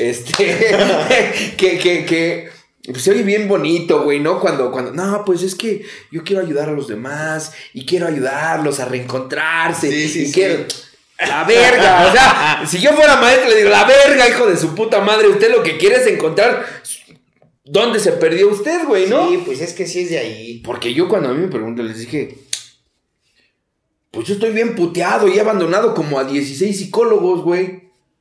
Que pues se oye bien bonito, güey, ¿no? Cuando, no, pues es que yo quiero ayudar a los demás y quiero ayudarlos a reencontrarse. Sí. Quiero... La verga, o sea, si yo fuera maestro le digo, la verga, hijo de su puta madre, usted lo que quiere es encontrar dónde se perdió usted, güey, ¿no? Sí, pues es que sí es de ahí. Porque yo cuando a mí me preguntan les dije, pues yo estoy bien puteado y he abandonado como a 16 psicólogos, güey.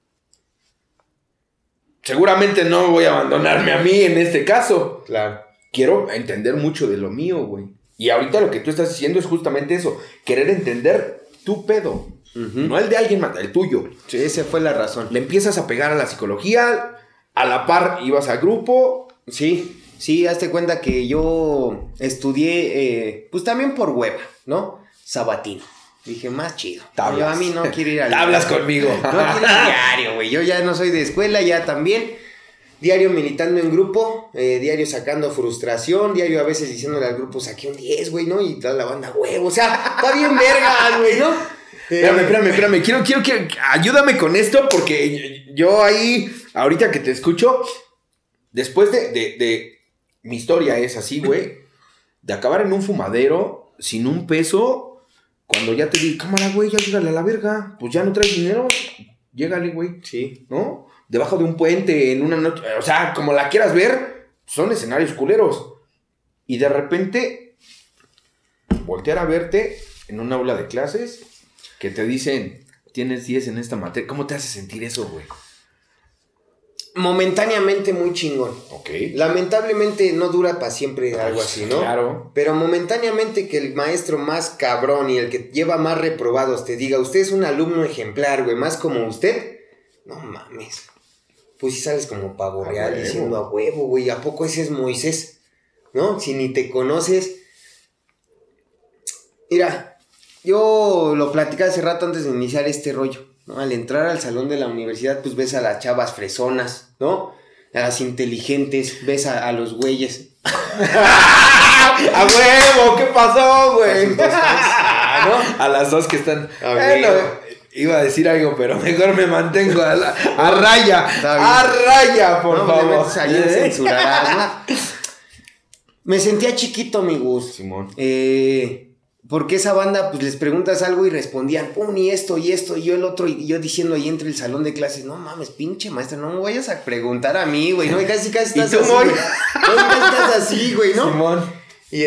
Seguramente no voy a abandonarme a mí en este caso. Claro. Quiero entender mucho de lo mío, güey. Y ahorita lo que tú estás diciendo es justamente eso. Querer entender tu pedo. Uh-huh. No el de alguien más, el tuyo. Sí, esa fue la razón. Le empiezas a pegar a la psicología. A la par ibas a grupo. Sí, hazte cuenta que yo estudié, pues también por hueva, ¿no? Sabatino. Dije, más chido. Tablas. Yo a mí no quiero ir al Tablas conmigo. No quiero ir al diario, güey. Yo ya no soy de escuela, ya también. Diario militando en grupo, diario sacando frustración, diario a veces diciéndole al grupo, saqué un 10, güey, ¿no? Y toda la banda, huevo. O sea, está bien verga, güey, ¿no? Espérame. Quiero que ayúdame con esto, porque yo ahí, ahorita que te escucho, después de mi historia es así, güey, de acabar en un fumadero, sin un peso. Cuando ya te digo, cámara, güey, ya llégale a la verga. Pues ya no traes dinero, llégale, güey. Sí. ¿No? Debajo de un puente, en una noche. O sea, como la quieras ver, son escenarios culeros. Y de repente, voltear a verte en un aula de clases que te dicen, tienes 10 en esta materia. ¿Cómo te hace sentir eso, güey? Momentáneamente muy chingón. Ok. Lamentablemente no dura para siempre algo así, ¿no? Claro. Pero momentáneamente que el maestro más cabrón y el que lleva más reprobados te diga, usted es un alumno ejemplar, güey, más como usted. No mames. Pues si sales como pavo real diciendo a huevo, güey. ¿A poco ese es Moisés? ¿No? Si ni te conoces. Mira, yo lo platicaba hace rato antes de iniciar este rollo, ¿no? Al entrar al salón de la universidad, pues ves a las chavas fresonas, ¿no? A las inteligentes, ves a los güeyes. ¡A huevo! ¿Qué pasó, güey? ¿No? A las dos que están... Iba a decir algo, pero mejor me mantengo a raya. A raya, por favor. Censurarás, ¿no? Me sentía chiquito, mi Gus. Simón. Porque esa banda, pues les preguntas algo y respondían, pum, y esto, y yo el otro, y yo diciendo ahí entre el salón de clases, no mames, pinche maestra, no me vayas a preguntar a mí, güey, no, y casi estás así, güey. Casi estás así, güey, ¿no? Simón. Y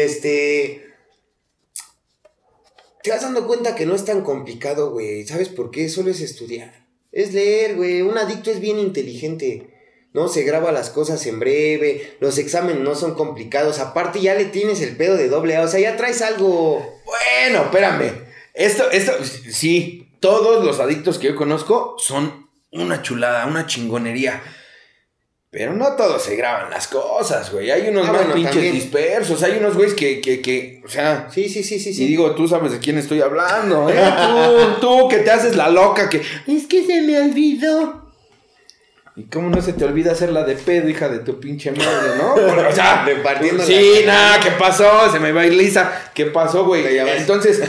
te vas dando cuenta que no es tan complicado, güey, ¿sabes por qué? Solo es estudiar, es leer, güey, un adicto es bien inteligente, ¿no? Se graba las cosas en breve, los exámenes no son complicados, aparte ya le tienes el pedo de AA, o sea, ya traes algo... Bueno, espérame, esto, sí, todos los adictos que yo conozco son una chulada, una chingonería, pero no todos se graban las cosas, güey, hay unos más pinches también dispersos, hay unos güeyes que, o sea... Sí. Y digo, tú sabes de quién estoy hablando, tú que te haces la loca, que... Es que se me olvidó. ¿Y cómo no se te olvida hacerla de pedo, hija de tu pinche madre, no? O sea, repartiendo. Sí, nada, ¿qué pasó? Se me va a ir lisa. ¿Qué pasó, güey? Entonces,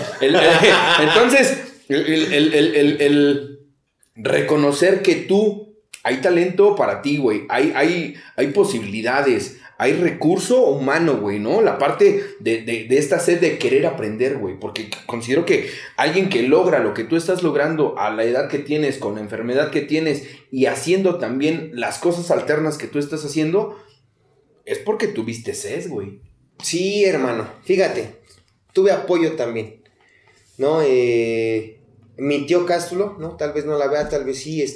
el reconocer que tú, hay talento para ti, güey. Hay posibilidades. Hay recurso humano, güey, ¿no? La parte de esta sed de querer aprender, güey. Porque considero que alguien que logra lo que tú estás logrando a la edad que tienes, con la enfermedad que tienes y haciendo también las cosas alternas que tú estás haciendo, es porque tuviste sed, güey. Sí, hermano. Fíjate, tuve apoyo también, ¿no? Mi tío Cástulo, ¿no? Tal vez no la vea, tal vez sí,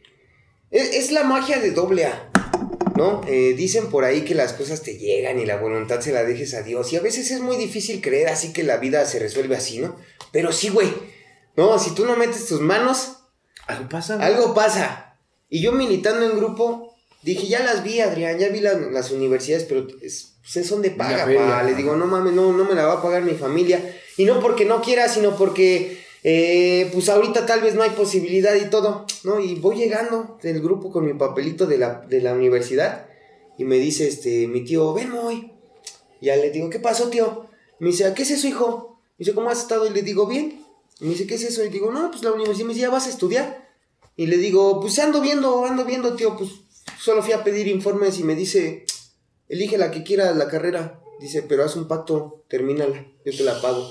Es la magia de AA. ¿No? Dicen por ahí que las cosas te llegan y la voluntad se la dejes a Dios. Y a veces es muy difícil creer así que la vida se resuelve así, ¿no? Pero sí, güey. No, si tú no metes tus manos... Algo pasa, güey. Algo pasa. Y yo militando en grupo, dije, ya las vi, Adrián, ya vi las universidades, pero son de paga, pa. Les digo, no mames, no me la va a pagar mi familia. Y no porque no quiera, sino porque... pues ahorita tal vez no hay posibilidad y todo, ¿no? Y voy llegando del grupo con mi papelito de la universidad y me dice mi tío, ven hoy. Ya le digo, ¿qué pasó, tío? Me dice, ¿qué es eso, hijo? Me dice, ¿cómo has estado? Y le digo, bien. Y me dice, ¿qué es eso? Y digo, no, pues la universidad. Me dice, ¿ya vas a estudiar? Y le digo, pues ando viendo, tío, pues solo fui a pedir informes. Y me dice, elige la que quieras, la carrera. Dice, pero haz un pacto, termínala, yo te la pago.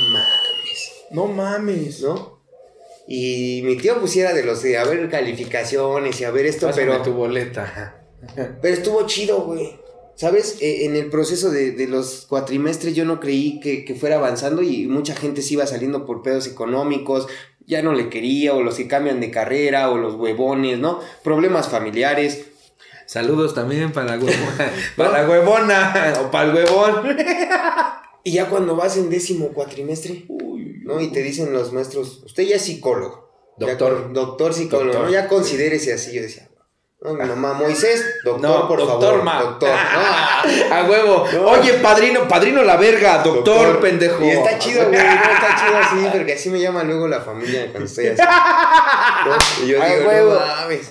No mames. ¿No? Y mi tío pusiera de los de a ver calificaciones y a ver esto. Pásame pero tu boleta. Pero estuvo chido, güey. ¿Sabes? En el proceso de los cuatrimestres yo no creí que fuera avanzando y mucha gente se iba saliendo por pedos económicos, ya no le quería, o los que cambian de carrera, o los huevones, ¿no? Problemas familiares. Saludos también para la huevona, para la huevona o para el huevón. Y ya cuando vas en 10º cuatrimestre, ¿no? Y te dicen los maestros, usted ya es psicólogo. Doctor psicólogo, doctor. ¿No? Ya considérese así. Yo decía, no, mi mamá, Moisés, doctor, no, por doctor, favor. Doctor, a huevo. No. Oye, padrino la verga, doctor, pendejo. Y está chido, güey, no está chido así, porque así me llama luego la familia cuando estoy así. ¿No? Y yo digo, huevo. No mames.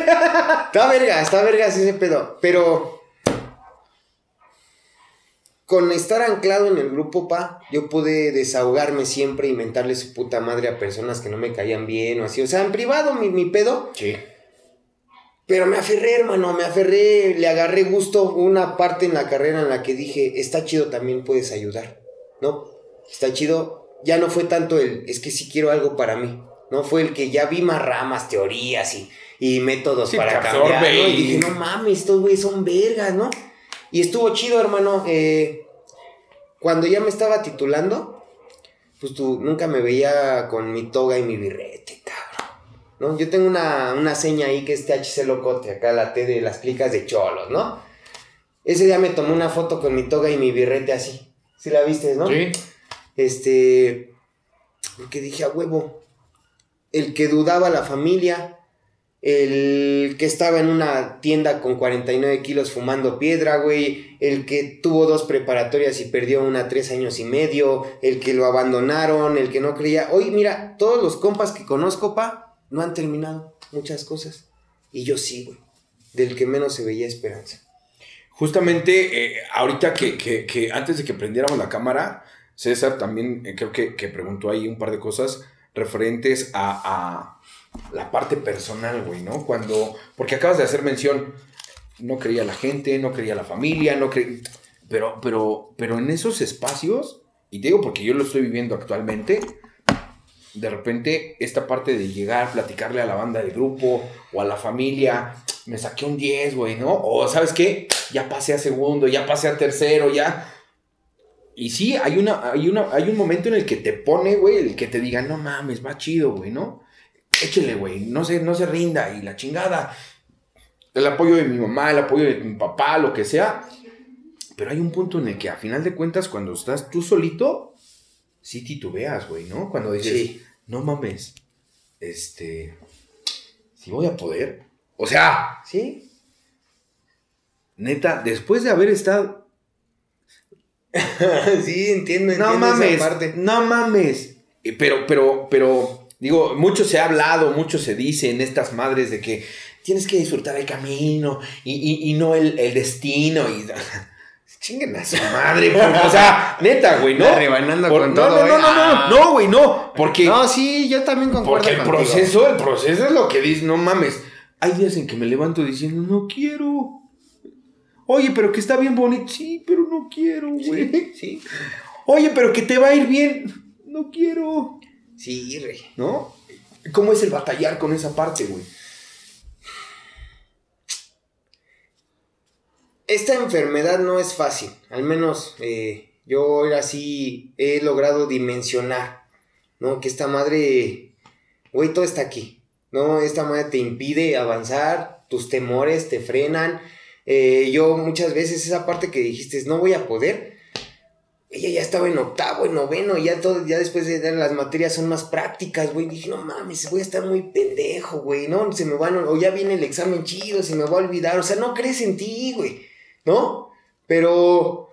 Está vergas ese pedo. Pero con estar anclado en el grupo, yo pude desahogarme siempre, inventarle su puta madre a personas que no me caían bien o así. O sea, en privado mi pedo. Sí. Pero me aferré, hermano, le agarré gusto. Una parte en la carrera en la que dije, está chido, también puedes ayudar, ¿no? Está chido. Ya no fue tanto es que sí quiero algo para mí, ¿no? Fue el que ya vi más ramas, teorías y métodos sí, para cambiar, ¿no? Y dije, no mames, estos güeyes son vergas, ¿no? Y estuvo chido, hermano. Cuando ya me estaba titulando, pues tú nunca me veía con mi toga y mi birrete, cabrón, ¿no? Yo tengo una seña ahí que es THC Locote, acá la T de las clicas de cholos, ¿no? Ese día me tomé una foto con mi toga y mi birrete así. ¿Sí la viste, no? Sí. Porque dije, a huevo, el que dudaba la familia, el que estaba en una tienda con 49 kilos fumando piedra, güey, el que tuvo 2 preparatorias y perdió una 3 años y medio, el que lo abandonaron, el que no creía. Hoy, mira, todos los compas que conozco, no han terminado muchas cosas. Y yo sí, güey, del que menos se veía esperanza. Justamente, ahorita que antes de que prendiéramos la cámara, César también creo que preguntó ahí un par de cosas referentes a la parte personal, güey, ¿no? Porque acabas de hacer mención, no creía la gente, no creía la familia, pero en esos espacios, y te digo porque yo lo estoy viviendo actualmente, de repente esta parte de llegar, platicarle a la banda del grupo o a la familia, me saqué un 10, güey, ¿no? O ¿sabes qué? Ya pasé a segundo, ya pasé a tercero, ya. Y sí, hay un momento en el que te pone, güey, el que te diga, no mames, va chido, güey, ¿no? Échele, güey, no se rinda, y la chingada. El apoyo de mi mamá, el apoyo de mi papá, lo que sea. Pero hay un punto en el que, a final de cuentas, cuando estás tú solito, sí titubeas, güey, ¿no? Cuando dices, sí, no mames, si voy a poder. O sea, sí. Neta, después de haber estado... Sí, entiendo no mames, esa parte. No mames. Pero, digo, mucho se ha hablado, mucho se dice en estas madres de que tienes que disfrutar el camino y no el destino. Y chinguen a su madre, porque, o sea, neta, güey, ¿no? Rebanando con todo. No, güey, no. Porque. No, sí, yo también concuerdo. Porque el proceso es lo que dices, no mames. Hay días en que me levanto diciendo, no quiero. Oye, pero que está bien bonito. Sí, pero no quiero, güey. Sí. Oye, pero que te va a ir bien. No quiero. Sí, güey. ¿No? ¿Cómo es el batallar con esa parte, güey? Esta enfermedad no es fácil. Al menos yo ahora sí he logrado dimensionar, ¿no? Que esta madre, güey, todo está aquí, ¿no? Esta madre te impide avanzar, tus temores te frenan. Yo muchas veces esa parte que dijiste, no voy a poder, ella ya estaba en octavo, en noveno, ya después de las materias son más prácticas, güey. Dije, no mames, voy a estar muy pendejo, güey, ¿no? Se me van, o ya viene el examen chido, se me va a olvidar, o sea, no crees en ti, güey, ¿no? Pero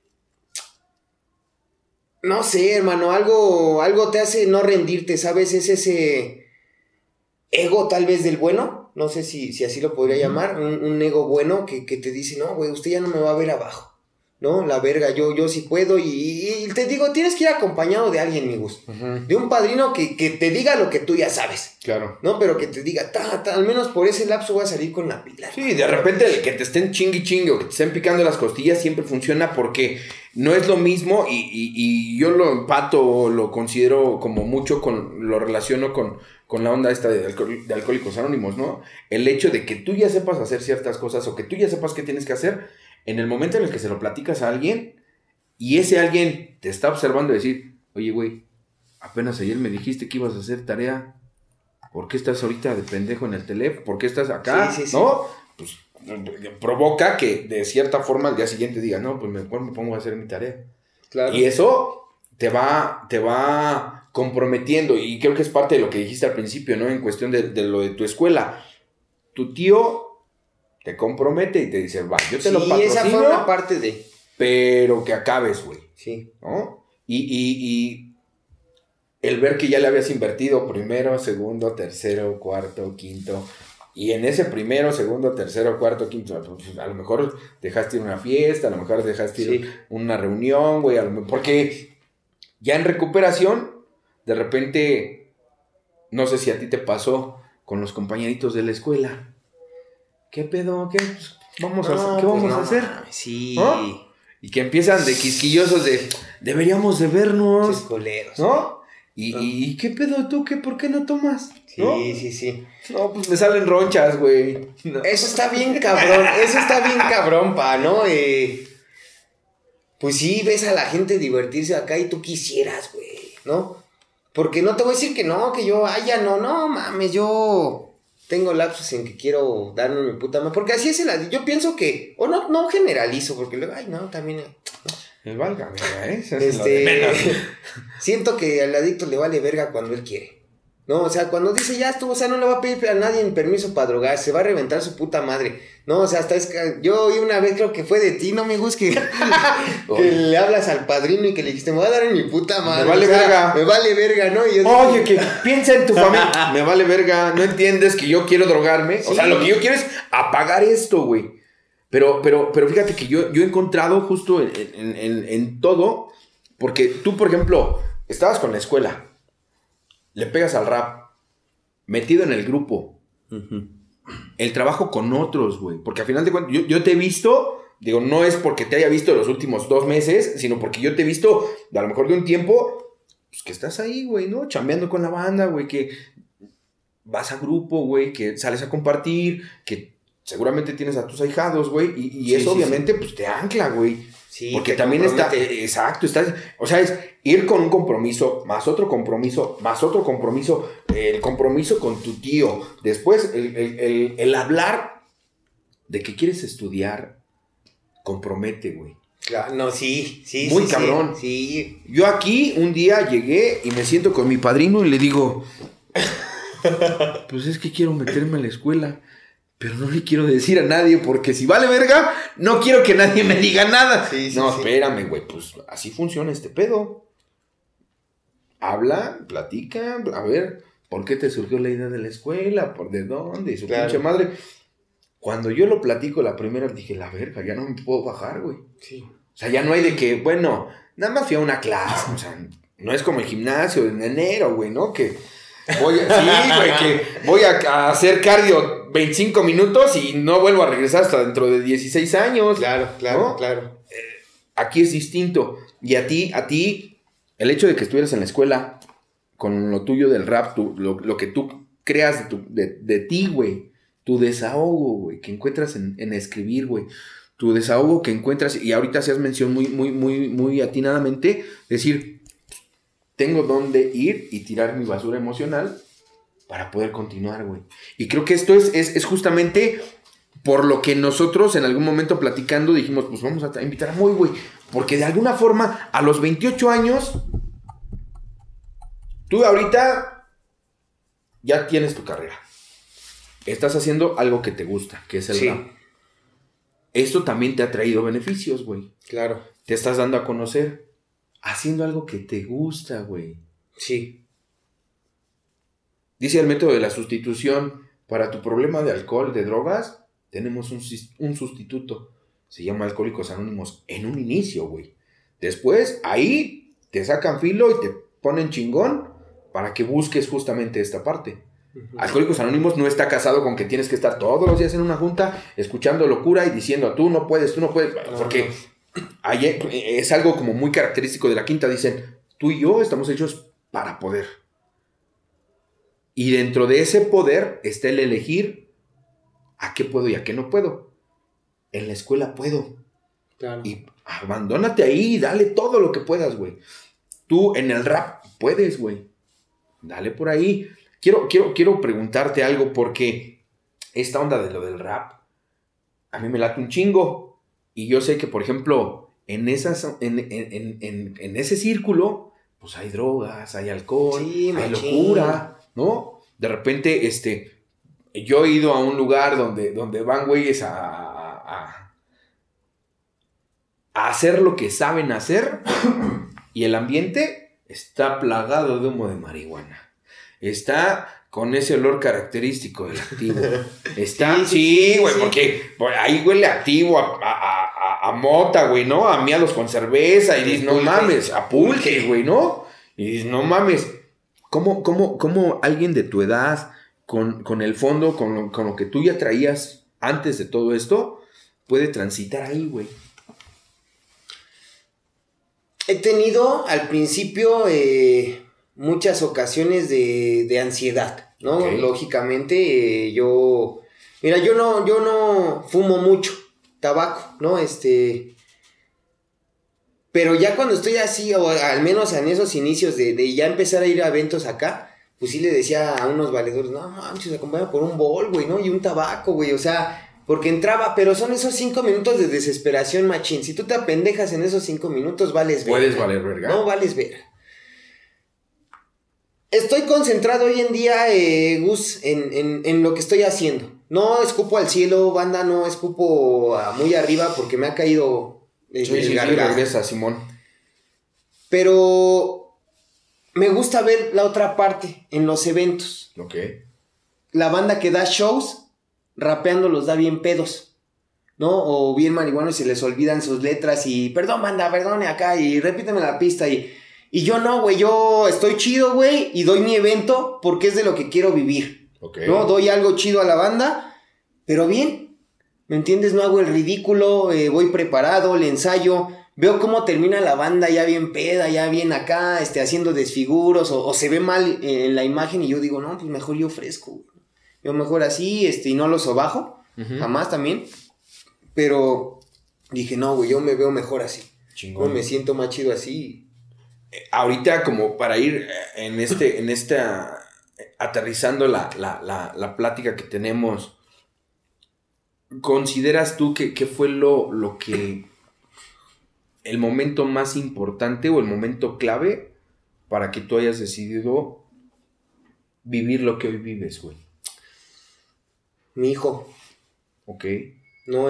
no sé, hermano, algo te hace no rendirte, ¿sabes? Es ese ego tal vez del bueno, no sé si así lo podría llamar, un ego bueno que te dice, no, güey, usted ya no me va a ver abajo, ¿no? La verga, yo sí puedo y te digo, tienes que ir acompañado de alguien, mi Gus, de un padrino que te diga lo que tú ya sabes. Claro. ¿No? Pero que te diga, al menos por ese lapso voy a salir con la pila. Sí, de repente el que te estén chingue o que te estén picando las costillas siempre funciona porque no es lo mismo y yo lo empato, lo considero como mucho, lo relaciono con la onda esta de Alcohólicos Anónimos, ¿no? El hecho de que tú ya sepas hacer ciertas cosas o que tú ya sepas qué tienes que hacer, en el momento en el que se lo platicas a alguien y ese alguien te está observando y decir, oye, güey, apenas ayer me dijiste que ibas a hacer tarea. ¿Por qué estás ahorita de pendejo en el teléfono? ¿Por qué estás acá? Sí. ¿No? Pues provoca que de cierta forma al día siguiente diga, no, pues mejor me pongo a hacer mi tarea. Claro. Y eso te va comprometiendo. Y creo que es parte de lo que dijiste al principio, ¿no? En cuestión de lo de tu escuela. Tu tío te compromete y te dice, va, yo te lo patrocino. Sí, esa fue una parte de... Pero que acabes, güey. Sí. ¿No? Y el ver que ya le habías invertido primero, segundo, tercero, cuarto, quinto. Y en ese primero, segundo, tercero, cuarto, quinto, pues a lo mejor dejaste ir a una fiesta, a lo mejor dejaste ir a una reunión, güey. Porque ya en recuperación, de repente, no sé si a ti te pasó con los compañeritos de la escuela. ¿Qué pedo? ¿Qué? Pues, ¿qué vamos a hacer? Sí. ¿No? Y que empiezan de quisquillosos de, deberíamos de vernos. Chiscoleros. ¿No? ¿Y qué pedo tú? ¿Por qué no tomas? ¿No? Sí. No, pues me salen ronchas, güey. No. Eso está bien cabrón, pa, ¿no? Pues sí, ves a la gente divertirse acá y tú quisieras, güey, ¿no? Porque no te voy a decir que no, que yo, no mames, yo tengo lapsos en que quiero darme mi puta madre. Porque así es yo pienso que, o no generalizo, porque luego, también... El valga, verga, ¿eh? Eso es lo de menos. Siento que al adicto le vale verga cuando él quiere, ¿no? O sea, cuando dice ya estuvo, o sea, no le va a pedir a nadie permiso para drogarse, va a reventar su puta madre, ¿no? O sea, hasta yo oí una vez, creo que fue de ti, no me gusta que le hablas al padrino y que le dijiste, me voy a dar en mi puta madre. Me vale verga. Me vale verga, ¿no? Y yo oye, que piensa en tu familia. Me vale verga, no entiendes que yo quiero drogarme. Sí. O sea, lo que yo quiero es apagar esto, güey. Pero fíjate que yo he encontrado justo en todo, porque tú, por ejemplo, estabas con la escuela, le pegas al rap, metido en el grupo, el trabajo con otros, güey, porque al final de cuentas, yo te he visto, digo, no es porque te haya visto los últimos 2 meses, sino porque yo te he visto, a lo mejor de un tiempo, pues que estás ahí, güey, ¿no? Chambeando con la banda, güey, que vas a grupo, güey, que sales a compartir, que seguramente tienes a tus ahijados, güey, y eso obviamente pues te ancla, güey. Sí, porque también está, exacto, o sea, es ir con un compromiso, más otro compromiso, el compromiso con tu tío, después el hablar de que quieres estudiar, compromete, güey. Claro, no, sí. Muy cabrón. Sí. Yo aquí un día llegué y me siento con mi padrino y le digo, pues es que quiero meterme a la escuela. Pero no le quiero decir a nadie porque si vale verga, no quiero que nadie me diga nada. Espérame, güey, pues así funciona este pedo. Habla, platica, a ver, ¿por qué te surgió la idea de la escuela? ¿Por de dónde? Y su pinche madre. Cuando yo lo platico la primera vez, dije, la verga, ya no me puedo bajar, güey. Sí. O sea, ya no hay de que, bueno, nada más fui a una clase, o sea, no es como el gimnasio en enero, güey, ¿no? Que voy a hacer cardio 25 minutos y no vuelvo a regresar hasta dentro de 16 años. Claro. Aquí es distinto. Y a ti, el hecho de que estuvieras en la escuela con lo tuyo del rap, lo que tú creas de ti, güey, tu desahogo, güey, que encuentras en escribir, güey, tu desahogo que encuentras, y ahorita hacías mención muy atinadamente, decir, tengo dónde ir y tirar mi basura emocional para poder continuar, güey. Y creo que esto es justamente por lo que nosotros en algún momento platicando dijimos, pues vamos a invitar a Moy, güey, porque de alguna forma, a los 28 años, tú ahorita ya tienes tu carrera. Estás haciendo algo que te gusta, que es el rap. Esto también te ha traído beneficios, güey. Claro. Te estás dando a conocer haciendo algo que te gusta, güey. Sí. Dice el método de la sustitución. Para tu problema de alcohol, de drogas, tenemos un sustituto. Se llama Alcohólicos Anónimos en un inicio, güey. Después, ahí te sacan filo y te ponen chingón para que busques justamente esta parte. Uh-huh. Alcohólicos Anónimos no está casado con que tienes que estar todos los días en una junta escuchando locura y diciendo tú no puedes, porque ahí es algo como muy característico de la quinta. Dicen, tú y yo estamos hechos para poder. Y dentro de ese poder está el elegir a qué puedo y a qué no puedo. En la escuela puedo. Claro. Y abandónate ahí y dale todo lo que puedas, güey. Tú en el rap puedes, güey. Dale por ahí. Quiero preguntarte algo porque esta onda de lo del rap a mí me late un chingo. Y yo sé que, por ejemplo, en ese círculo, pues hay drogas, hay alcohol, hay locura, ¿no? De repente, yo he ido a un lugar donde van güeyes a hacer lo que saben hacer y el ambiente está plagado de humo de marihuana. Está con ese olor característico del activo. Está, sí, güey, porque ahí huele activo, a mota, güey, ¿no? A miados con cerveza. Y dices, no mames, a pulque, güey, ¿no? Y dices, no mames. ¿Cómo alguien de tu edad, con el fondo, con lo que tú ya traías antes de todo esto, puede transitar ahí, güey? He tenido al principio muchas ocasiones de ansiedad, ¿no? Okay. Lógicamente, yo no fumo mucho tabaco, ¿no? Pero ya cuando estoy así, o al menos en esos inicios de ya empezar a ir a eventos acá, pues sí le decía a unos valedores, no manches, acompáñame por un bol, güey, ¿no? Y un tabaco, güey, o sea, porque entraba, pero son esos 5 minutos de desesperación, machín. Si tú te apendejas en esos 5 minutos, vales verga. Puedes valer verga. No, vales verga. Estoy concentrado hoy en día, Gus, en lo que estoy haciendo. No escupo al cielo, banda, no escupo muy arriba porque me ha caído el gargajo. Regresa, Simón. Pero me gusta ver la otra parte en los eventos. Ok. La banda que da shows, rapeando los da bien pedos, ¿no? O bien marihuanos y se les olvidan sus letras y perdón, banda, perdone acá y repíteme la pista y yo no, güey, yo estoy chido, güey, y doy mi evento porque es de lo que quiero vivir, okay. ¿No? Doy algo chido a la banda, pero bien, ¿me entiendes? No hago el ridículo, voy preparado, le ensayo, veo cómo termina la banda ya bien peda, ya bien acá, haciendo desfiguros o se ve mal en la imagen y yo digo, no, pues mejor yo ofrezco, güey. Yo mejor así, y no lo sobajo, jamás también, pero dije, no, güey, yo me veo mejor así. Chingón. Yo me siento más chido así. Ahorita, como para ir en esta aterrizando la plática que tenemos, ¿consideras tú que fue lo que el momento más importante o el momento clave para que tú hayas decidido vivir lo que hoy vives, güey? Mi hijo. Ok. No,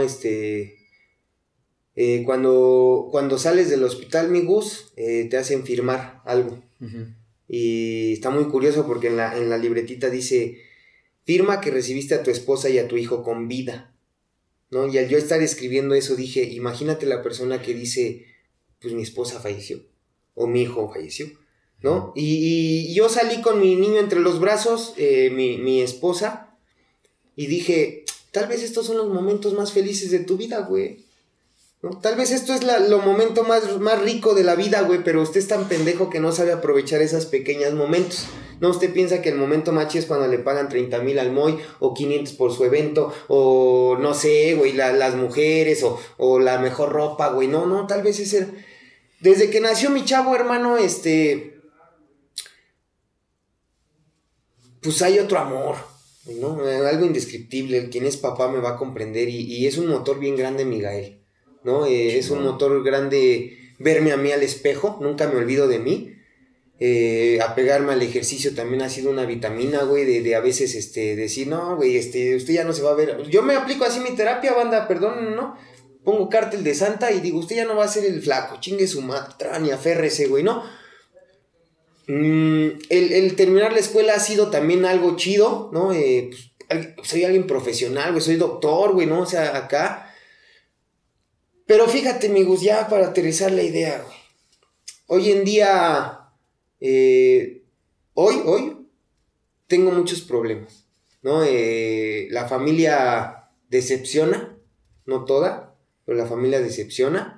cuando sales del hospital, mi Gus, te hacen firmar algo. Uh-huh. Y está muy curioso porque en la libretita dice, firma que recibiste a tu esposa y a tu hijo con vida, ¿no? Y al yo estar escribiendo eso dije, imagínate la persona que dice, pues mi esposa falleció, o mi hijo falleció, ¿no? Y yo salí con mi niño entre los brazos, mi esposa, y dije, tal vez estos son los momentos más felices de tu vida, güey, ¿no? Tal vez esto es lo momento más rico de la vida, güey, pero usted es tan pendejo que no sabe aprovechar esos pequeños momentos. No, usted piensa que el momento más chido es cuando le pagan 30,000 al Moy, o 500 por su evento, o no sé, güey, las mujeres, o la mejor ropa, güey. No, tal vez ese... Desde que nació mi chavo, hermano, pues hay otro amor, ¿no? Algo indescriptible. Quien es papá me va a comprender, y es un motor bien grande, Miguel, ¿no? Es un motor grande verme a mí al espejo, nunca me olvido de mí. Apegarme al ejercicio también ha sido una vitamina, güey, de a veces decir, no, güey, usted ya no se va a ver. Yo me aplico así mi terapia, banda, perdón, ¿no? Pongo cártel de Santa y digo, usted ya no va a ser el flaco, chingue su madre, y aférrese, güey, ¿no? El terminar la escuela ha sido también algo chido, ¿no? Pues, soy alguien profesional, güey, soy doctor, güey, ¿no? O sea, acá. Pero fíjate, amigos, ya para aterrizar la idea, güey. Hoy en día... hoy tengo muchos problemas, ¿no? La familia decepciona, no toda, pero la familia decepciona.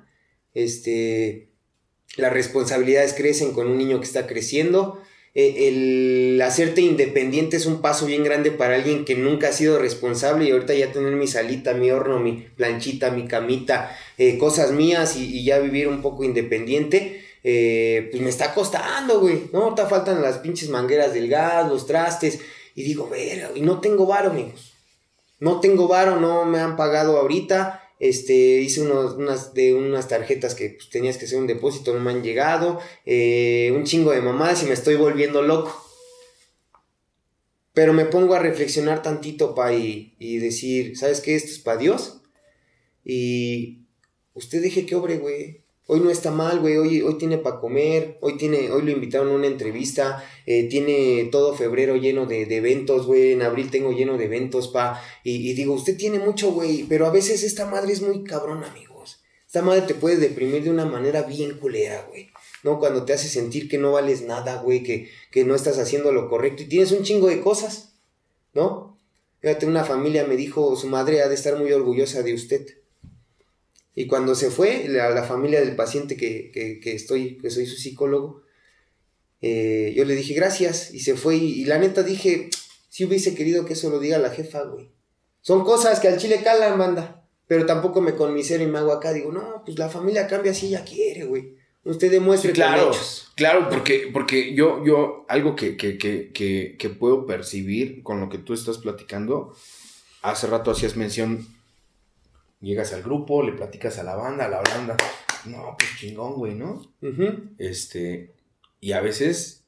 Las responsabilidades crecen con un niño que está creciendo. El hacerte independiente es un paso bien grande para alguien que nunca ha sido responsable, y ahorita ya tener mi salita, mi horno, mi planchita, mi camita, cosas mías, y ya vivir un poco independiente. Pues me está costando, güey, ¿no? Ahorita faltan las pinches mangueras del gas, los trastes, y digo, verga, y no tengo varo, amigos. No tengo varo, no me han pagado ahorita. Hice unas tarjetas que pues, tenías que hacer un depósito, no me han llegado. Un chingo de mamadas y me estoy volviendo loco. Pero me pongo a reflexionar tantito, pa, y decir, ¿sabes qué? Esto es para Dios. Y usted deje que obre, güey. Hoy no está mal, güey, hoy tiene para comer, hoy lo invitaron a una entrevista, tiene todo febrero lleno de eventos, güey, en abril tengo lleno de eventos, pa, y digo, usted tiene mucho, güey, pero a veces esta madre es muy cabrona, amigos. Esta madre te puede deprimir de una manera bien culera, güey, ¿no? Cuando te hace sentir que no vales nada, güey, que no estás haciendo lo correcto y tienes un chingo de cosas, ¿no? Fíjate, una familia me dijo, su madre ha de estar muy orgullosa de usted. Y cuando se fue, la familia del paciente que soy su psicólogo, yo le dije gracias, y se fue, y la neta dije, si hubiese querido que eso lo diga la jefa, güey. Son cosas que al chile calan, banda, pero tampoco me conmisero y me hago acá, digo, no, pues la familia cambia si ella quiere, güey. Usted demuestre, sí, claro, con hechos. Claro, porque yo algo que puedo percibir con lo que tú estás platicando, hace rato hacías mención. Llegas al grupo, le platicas a la banda, no, pues chingón, güey, ¿no? Uh-huh. Y a veces,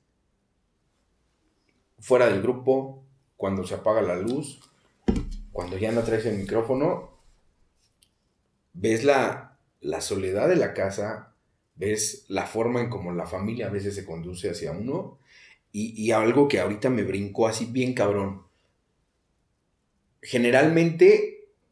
fuera del grupo, cuando se apaga la luz, cuando ya no traes el micrófono, ves la soledad de la casa, ves la forma en cómo la familia a veces se conduce hacia uno, y algo que ahorita me brincó así bien cabrón. Generalmente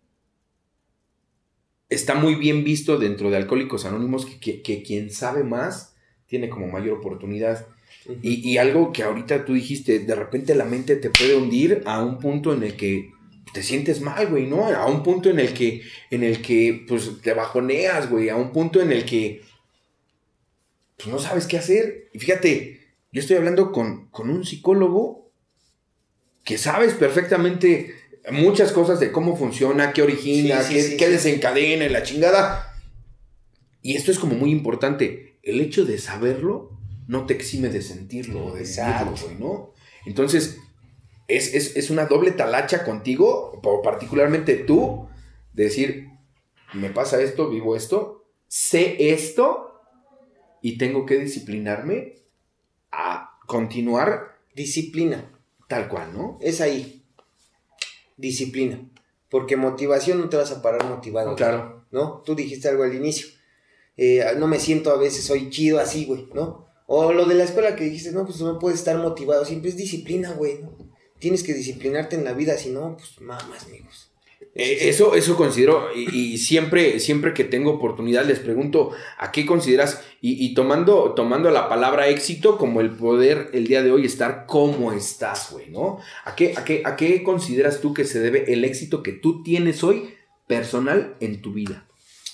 está muy bien visto dentro de Alcohólicos Anónimos que quien sabe más tiene como mayor oportunidad. Uh-huh. Y algo que ahorita tú dijiste, de repente la mente te puede hundir a un punto en el que te sientes mal, güey, ¿no? A un punto en el que pues te bajoneas, güey, a un punto en el que pues no sabes qué hacer. Y fíjate, yo estoy hablando con un psicólogo que sabes perfectamente muchas cosas de cómo funciona, qué origina, qué desencadena, la chingada. Y esto es como muy importante. El hecho de saberlo no te exime de sentirlo o de vivirlo, güey, ¿no? Entonces, es una doble talacha contigo, particularmente tú, de decir, me pasa esto, vivo esto, sé esto y tengo que disciplinarme a continuar. Disciplina. Tal cual, ¿no? Es ahí. Disciplina. Porque motivación no te vas a parar motivado. Claro. ¿No? Tú dijiste algo al inicio. No me siento a veces, soy chido así, güey, ¿no? O lo de la escuela que dijiste, no, pues no puedes estar motivado. Siempre es disciplina, güey, ¿no? Tienes que disciplinarte en la vida, si no, pues mamas, amigos. Eso considero, y siempre que tengo oportunidad les pregunto a qué consideras, y tomando la palabra éxito como el poder el día de hoy estar como estás, güey, ¿no? ¿A qué consideras tú que se debe el éxito que tú tienes hoy personal en tu vida?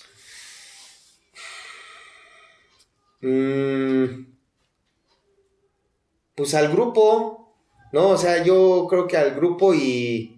Pues al grupo, ¿no? O sea, yo creo que al grupo y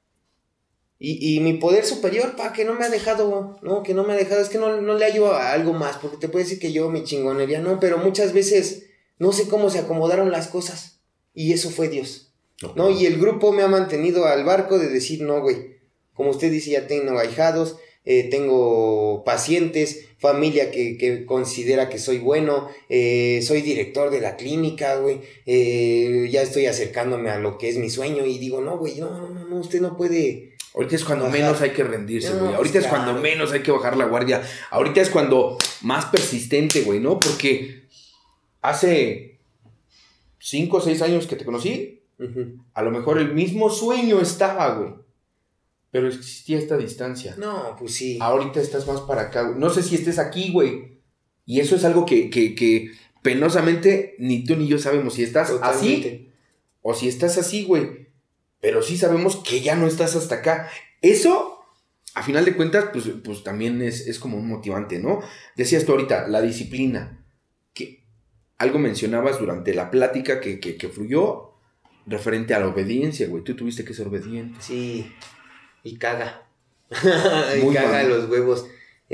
mi poder superior, que no me ha dejado, ¿no? Que no me ha dejado, es que no le hallo a algo más, porque te puedo decir que yo, mi chingonería, no, pero muchas veces no sé cómo se acomodaron las cosas, y eso fue Dios, ¿no? Y el grupo me ha mantenido al barco de decir, no, güey, como usted dice, ya tengo ahijados, tengo pacientes, familia que considera que soy bueno, soy director de la clínica, güey, ya estoy acercándome a lo que es mi sueño, y digo, no, güey, no, usted no puede... Ahorita es cuando menos hay que rendirse, güey. Ahorita es cuando menos hay que bajar la guardia. Ahorita es cuando más persistente, güey, ¿no? Porque hace 5 o 6 años que te conocí, a lo mejor el mismo sueño estaba, güey. Pero existía esta distancia. No, pues sí. Ahorita estás más para acá, güey. No sé si estés aquí, güey. Y eso es algo que penosamente ni tú ni yo sabemos si estás así o si estás así, güey. Pero sí sabemos que ya no estás hasta acá. Eso, a final de cuentas, pues también es como un motivante, ¿no? Decías tú ahorita, la disciplina. Que algo mencionabas durante la plática que fluyó referente a la obediencia, güey. Tú tuviste que ser obediente. Sí, y caga. Y caga los huevos.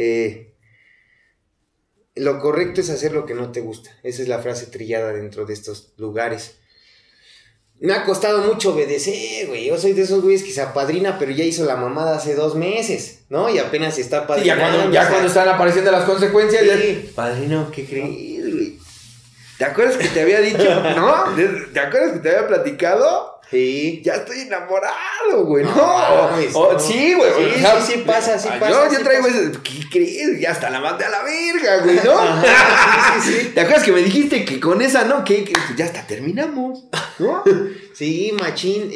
Lo correcto es hacer lo que no te gusta. Esa es la frase trillada dentro de estos lugares. Me ha costado mucho obedecer, güey. Yo soy de esos güeyes que se apadrina, pero ya hizo la mamada hace 2 meses, ¿no? Y apenas se está apadrinando. Sí, cuando están apareciendo las consecuencias. Sí. Ya... Padrino, ¿qué crees, güey? ¿Te acuerdas que te había dicho, no? ¿Te acuerdas que te había platicado? Sí. Ya estoy enamorado, güey, ¿no? Sí, güey. Sí, pasa. Yo traigo ese, ¿qué crees? Ya hasta la mandé a la verga, güey, ¿no? Sí. ¿Te acuerdas que me dijiste que con esa, no? Que ya hasta terminamos, ¿no? Sí, machín.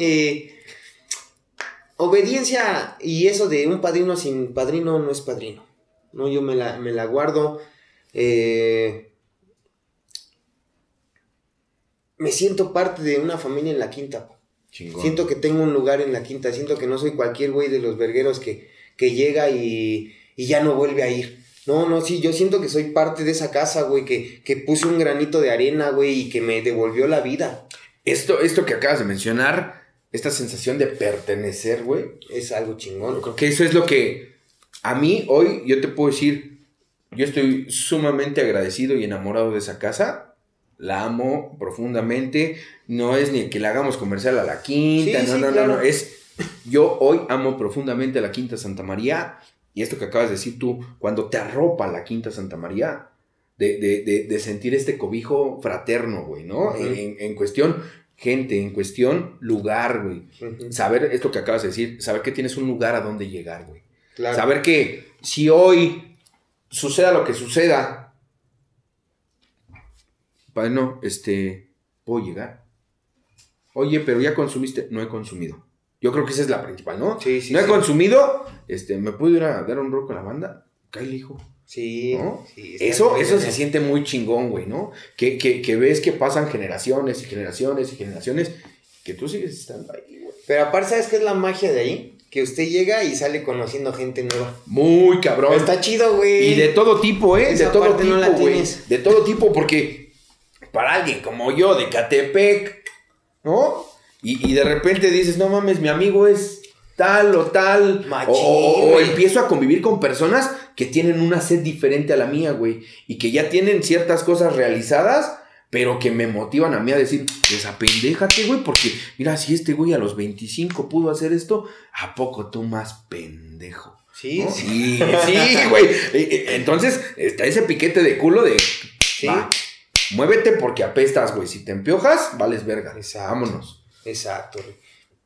Obediencia y eso de un padrino sin padrino no es padrino. No, yo me la guardo. Me siento parte de una familia en la Quinta. Chingón. Siento que tengo un lugar en la Quinta. Siento que no soy cualquier güey de los vergueros que llega y ya no vuelve a ir. No, sí, yo siento que soy parte de esa casa, güey, que puse un granito de arena, güey, y que me devolvió la vida. Esto que acabas de mencionar, esta sensación de pertenecer, güey, es algo chingón. Yo creo que eso es lo que a mí hoy, yo te puedo decir, yo estoy sumamente agradecido y enamorado de esa casa. La amo profundamente. No es ni que le hagamos comercial a la Quinta. Sí, no. Yo hoy amo profundamente a la Quinta Santa María. Y esto que acabas de decir tú, cuando te arropa la Quinta Santa María, de sentir este cobijo fraterno, güey, ¿no? Uh-huh. En cuestión gente, en cuestión lugar, güey. Uh-huh. Saber esto que acabas de decir, saber que tienes un lugar a donde llegar, güey. Claro. Saber que si hoy suceda lo que suceda, bueno, puedo llegar. Oye, pero ya consumiste. No he consumido. Yo creo que esa es la principal, ¿no? Sí. No he consumido. ¿Me puedo ir a dar un rol con la banda? Cállate, hijo. Sí. ¿No? Sí, eso se siente muy chingón, güey, ¿no? Que ves que pasan generaciones y generaciones y generaciones. Que tú sigues estando ahí, güey. Pero aparte, ¿sabes qué es la magia de ahí? Que usted llega y sale conociendo gente nueva. Muy cabrón. Está chido, güey. Y de todo tipo, ¿eh? Esa de todo tipo, no güey. De todo tipo, porque para alguien como yo de Catepec, ¿no? Y de repente dices, no mames, mi amigo es tal o tal. Machín, o empiezo a convivir con personas que tienen una sed diferente a la mía, güey. Y que ya tienen ciertas cosas realizadas, pero que me motivan a mí a decir, desapendéjate, güey, porque mira, si este güey a los 25 pudo hacer esto, ¿a poco tú más pendejo? Sí, ¿no? Sí, güey. Entonces, está ese piquete de culo de... Sí. Va, muévete porque apestas, güey. Si te empiojas, vales verga. Exacto. Vámonos. Exacto, güey.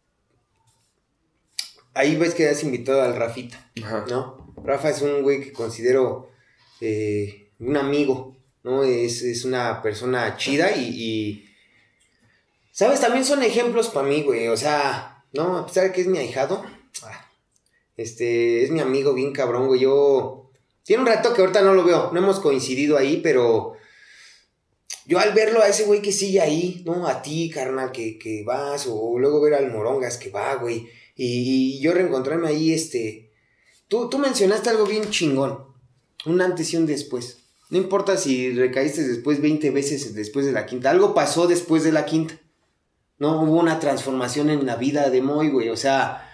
Ahí ves que has invitado al Rafita. Ajá. ¿No? Rafa es un güey que considero un amigo. ¿no? Es una persona chida y ¿sabes? También son ejemplos para mí, güey. O sea, no, a pesar de que es mi ahijado, es mi amigo bien cabrón, güey. Tiene un rato que ahorita no lo veo, no hemos coincidido ahí, pero yo al verlo a ese güey que sigue ahí, ¿no? A ti, carnal, que vas, o luego ver al Morongas que va, güey. Y yo reencontrarme ahí, Tú mencionaste algo bien chingón. Un antes y un después. No importa si recaíste después 20 veces después de la quinta. Algo pasó después de la quinta. No hubo una transformación en la vida de Moy, güey. O sea,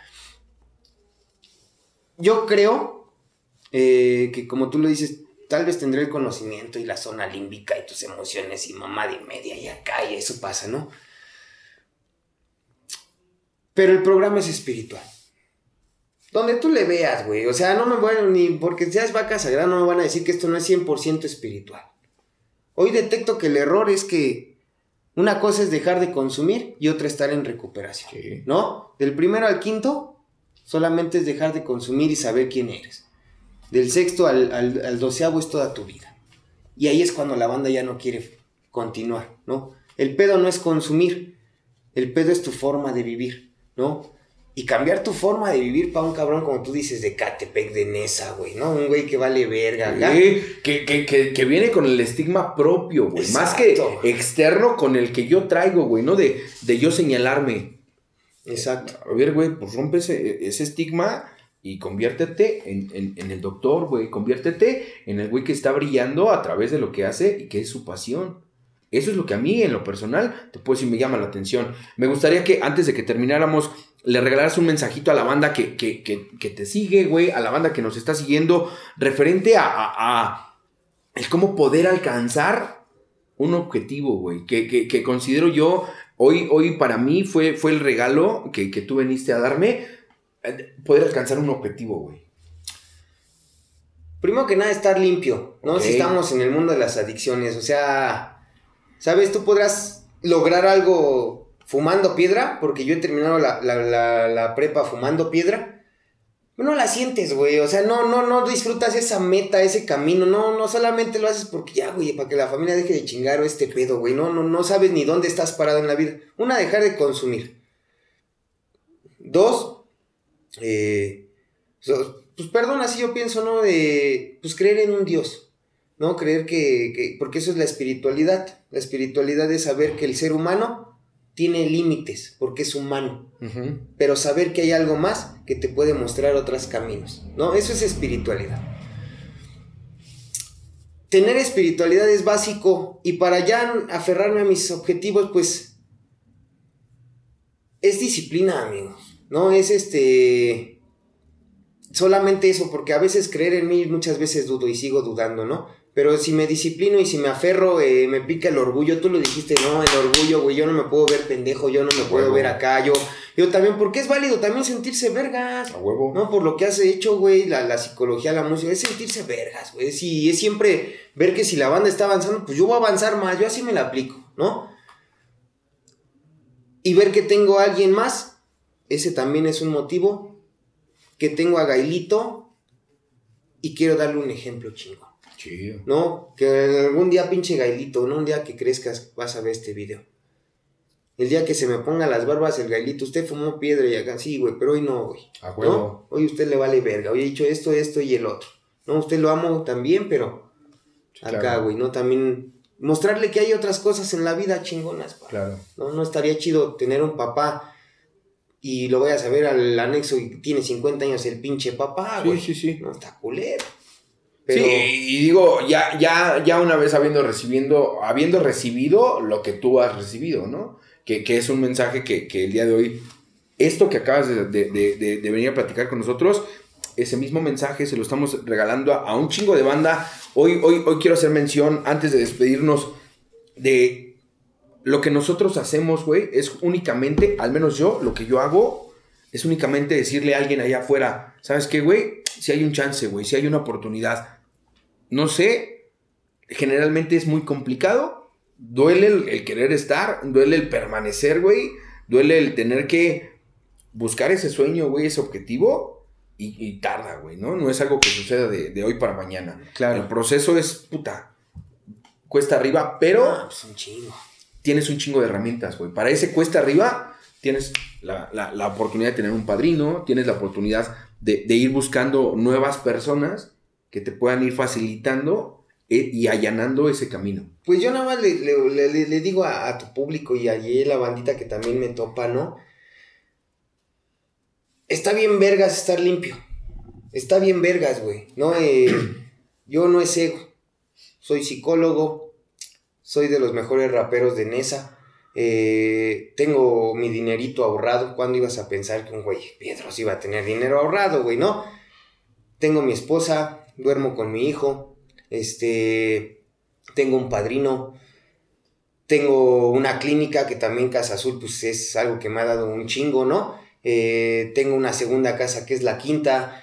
yo creo que como tú lo dices, tal vez tendré el conocimiento y la zona límbica y tus emociones y mamá de media y acá y eso pasa, ¿no? Pero el programa es espiritual. Donde tú le veas, güey. O sea, no me voy ni porque seas vaca sagrada, no me van a decir que esto no es 100% espiritual. Hoy detecto que el error es que una cosa es dejar de consumir y otra estar en recuperación. Sí. ¿No? Del primero al quinto, solamente es dejar de consumir y saber quién eres. Del sexto al 12avo es toda tu vida. Y ahí es cuando la banda ya no quiere continuar, ¿no? El pedo no es consumir. El pedo es tu forma de vivir, ¿no? Y cambiar tu forma de vivir para un cabrón, como tú dices, de Catepec, de Nesa, güey, ¿no? Un güey que vale verga. Que viene con el estigma propio, güey. Más que externo con el que yo traigo, güey, ¿no? De yo señalarme. Exacto. A ver, güey, pues rompe ese estigma y conviértete en el doctor, güey. Conviértete en el güey que está brillando a través de lo que hace y que es su pasión. Eso es lo que a mí, en lo personal, te puedo decir, me llama la atención. Me gustaría que antes de que termináramos, le regalaras un mensajito a la banda que te sigue, güey, a la banda que nos está siguiendo, referente a el cómo poder alcanzar un objetivo, güey, que considero yo, hoy para mí fue el regalo que tú viniste a darme, poder alcanzar un objetivo, güey. Primero que nada, estar limpio, ¿no? Okay. Si estamos en el mundo de las adicciones, o sea, ¿sabes? Tú podrás lograr algo fumando piedra, porque yo he terminado la prepa fumando piedra. No la sientes, güey, o sea, no disfrutas esa meta, ese camino, no solamente lo haces porque ya, güey, para que la familia deje de chingar o este pedo, güey, no sabes ni dónde estás parado en la vida. Una, dejar de consumir. Dos, pues perdón, así yo pienso, ¿no? Pues creer en un Dios, ¿no? Creer que porque eso es la espiritualidad. La espiritualidad es saber que el ser humano tiene límites, porque es humano. Uh-huh. Pero saber que hay algo más que te puede mostrar otros caminos, ¿no? Eso es espiritualidad. Tener espiritualidad es básico, y para ya aferrarme a mis objetivos, pues, es disciplina, amigos, ¿no? Es solamente eso, porque a veces creer en mí, muchas veces dudo y sigo dudando, ¿no? Pero si me disciplino y si me aferro, me pica el orgullo. Tú lo dijiste, no, el orgullo, güey, yo no me puedo ver pendejo, yo no me puedo ver acá, yo también, porque es válido también sentirse vergas. A huevo. No, por lo que has hecho, güey, la psicología, la música, es sentirse vergas, güey. Y es siempre ver que si la banda está avanzando, pues yo voy a avanzar más, yo así me la aplico, ¿no? Y ver que tengo a alguien más, ese también es un motivo. Que tengo a Gailito y quiero darle un ejemplo chingón. Chido. No, que algún día pinche Gailito, no un día que crezcas vas a ver este video. El día que se me pongan las barbas el Gailito, usted fumó piedra y acá, sí, güey, pero hoy no, güey. A huevo. ¿No? Hoy usted le vale verga, hoy he dicho esto y el otro. No, usted lo amo también, pero acá, claro. Güey, ¿no? También mostrarle que hay otras cosas en la vida chingonas, pa. Claro. No estaría chido tener un papá y lo vayas a ver al anexo y tiene 50 años el pinche papá, güey. Sí. No, está culero. Pero... Sí, y digo, ya una vez habiendo recibido lo que tú has recibido, ¿no? Que es un mensaje que el día de hoy, esto que acabas de venir a platicar con nosotros, ese mismo mensaje se lo estamos regalando a un chingo de banda. Hoy quiero hacer mención, antes de despedirnos, de lo que nosotros hacemos, güey, es únicamente, al menos yo, lo que yo hago, es únicamente decirle a alguien allá afuera, ¿sabes qué, güey? Si hay un chance, güey, si hay una oportunidad. No sé, generalmente es muy complicado. Duele el querer estar, duele el permanecer, güey. Duele el tener que buscar ese sueño, güey, ese objetivo. Y tarda, güey, ¿no? No es algo que suceda de hoy para mañana. Claro. El proceso es, puta, cuesta arriba, pero pues un chingo. Tienes un chingo de herramientas, güey. Para ese cuesta arriba tienes la oportunidad de tener un padrino, tienes la oportunidad de ir buscando nuevas personas que te puedan ir facilitando y allanando ese camino. Pues yo nada más le digo a tu público y a la bandita que también me topa, ¿no? Está bien vergas estar limpio. Está bien vergas, güey, ¿no? Yo no es ego. Soy psicólogo. Soy de los mejores raperos de Nesa. Tengo mi dinerito ahorrado. ¿Cuándo ibas a pensar que un güey Piedros iba a tener dinero ahorrado, güey, no? Tengo mi esposa. Duermo con mi hijo. Tengo un padrino. Tengo una clínica que también Casa Azul, pues es algo que me ha dado un chingo, ¿no? Tengo una segunda casa que es la quinta.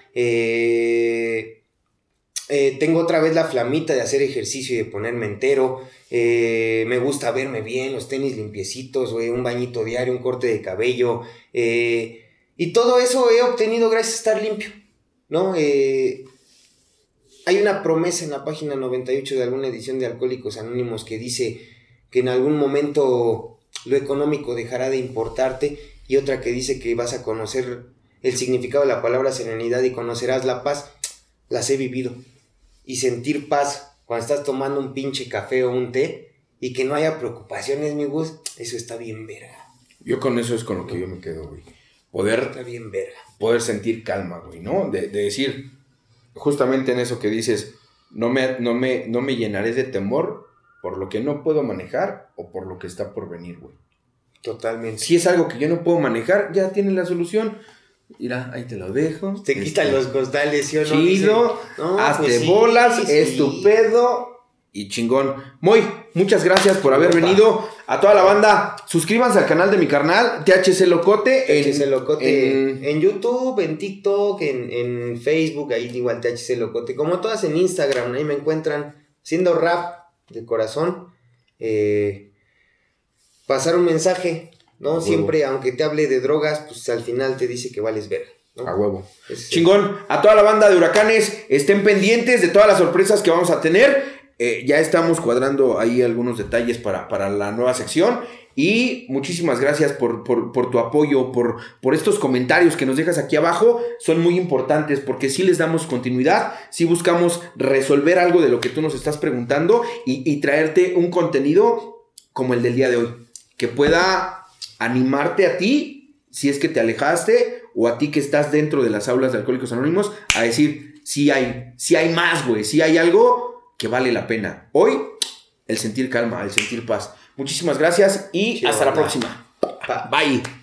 Tengo otra vez la flamita de hacer ejercicio y de ponerme entero. Me gusta verme bien, los tenis limpiecitos, güey, un bañito diario, un corte de cabello. Y todo eso he obtenido gracias a estar limpio, ¿no? Hay una promesa en la página 98 de alguna edición de Alcohólicos Anónimos que dice que en algún momento lo económico dejará de importarte, y otra que dice que vas a conocer el significado de la palabra serenidad y conocerás la paz. Las he vivido. Y sentir paz cuando estás tomando un pinche café o un té y que no haya preocupaciones, mi Gus, eso está bien verga. Yo con eso es con lo que yo me quedo, güey. Está bien verga. Poder sentir calma, güey, ¿no? De decir, justamente en eso que dices, no me llenaré de temor por lo que no puedo manejar o por lo que está por venir, güey. Totalmente. Si es algo que yo no puedo manejar, ya tienes la solución. Mira, ahí te lo dejo. Te quitan los costales, ¿sí o no? Chido, no, hazte pues sí, bolas, sí. es tu pedo y chingón. Moy, muchas gracias por haber venido. A toda la banda, suscríbanse al canal de mi carnal, THC Locote. THC Locote en YouTube, en TikTok, en Facebook, ahí igual THC Locote. Como todas en Instagram, ahí me encuentran haciendo rap de corazón. Pasar un mensaje, ¿no? Siempre, aunque te hable de drogas, pues al final te dice que vales ver, ¿no? A huevo. Chingón. A toda la banda de Huracanes, estén pendientes de todas las sorpresas que vamos a tener. Ya estamos cuadrando ahí algunos detalles para la nueva sección. Y muchísimas gracias por tu apoyo, por estos comentarios que nos dejas aquí abajo. Son muy importantes porque sí les damos continuidad, sí buscamos resolver algo de lo que tú nos estás preguntando y traerte un contenido como el del día de hoy, que pueda animarte a ti, si es que te alejaste, o a ti que estás dentro de las aulas de Alcohólicos Anónimos, a decir, sí hay más, güey, sí hay algo que vale la pena. Hoy, el sentir calma, el sentir paz. Muchísimas gracias y hasta la próxima. Bye.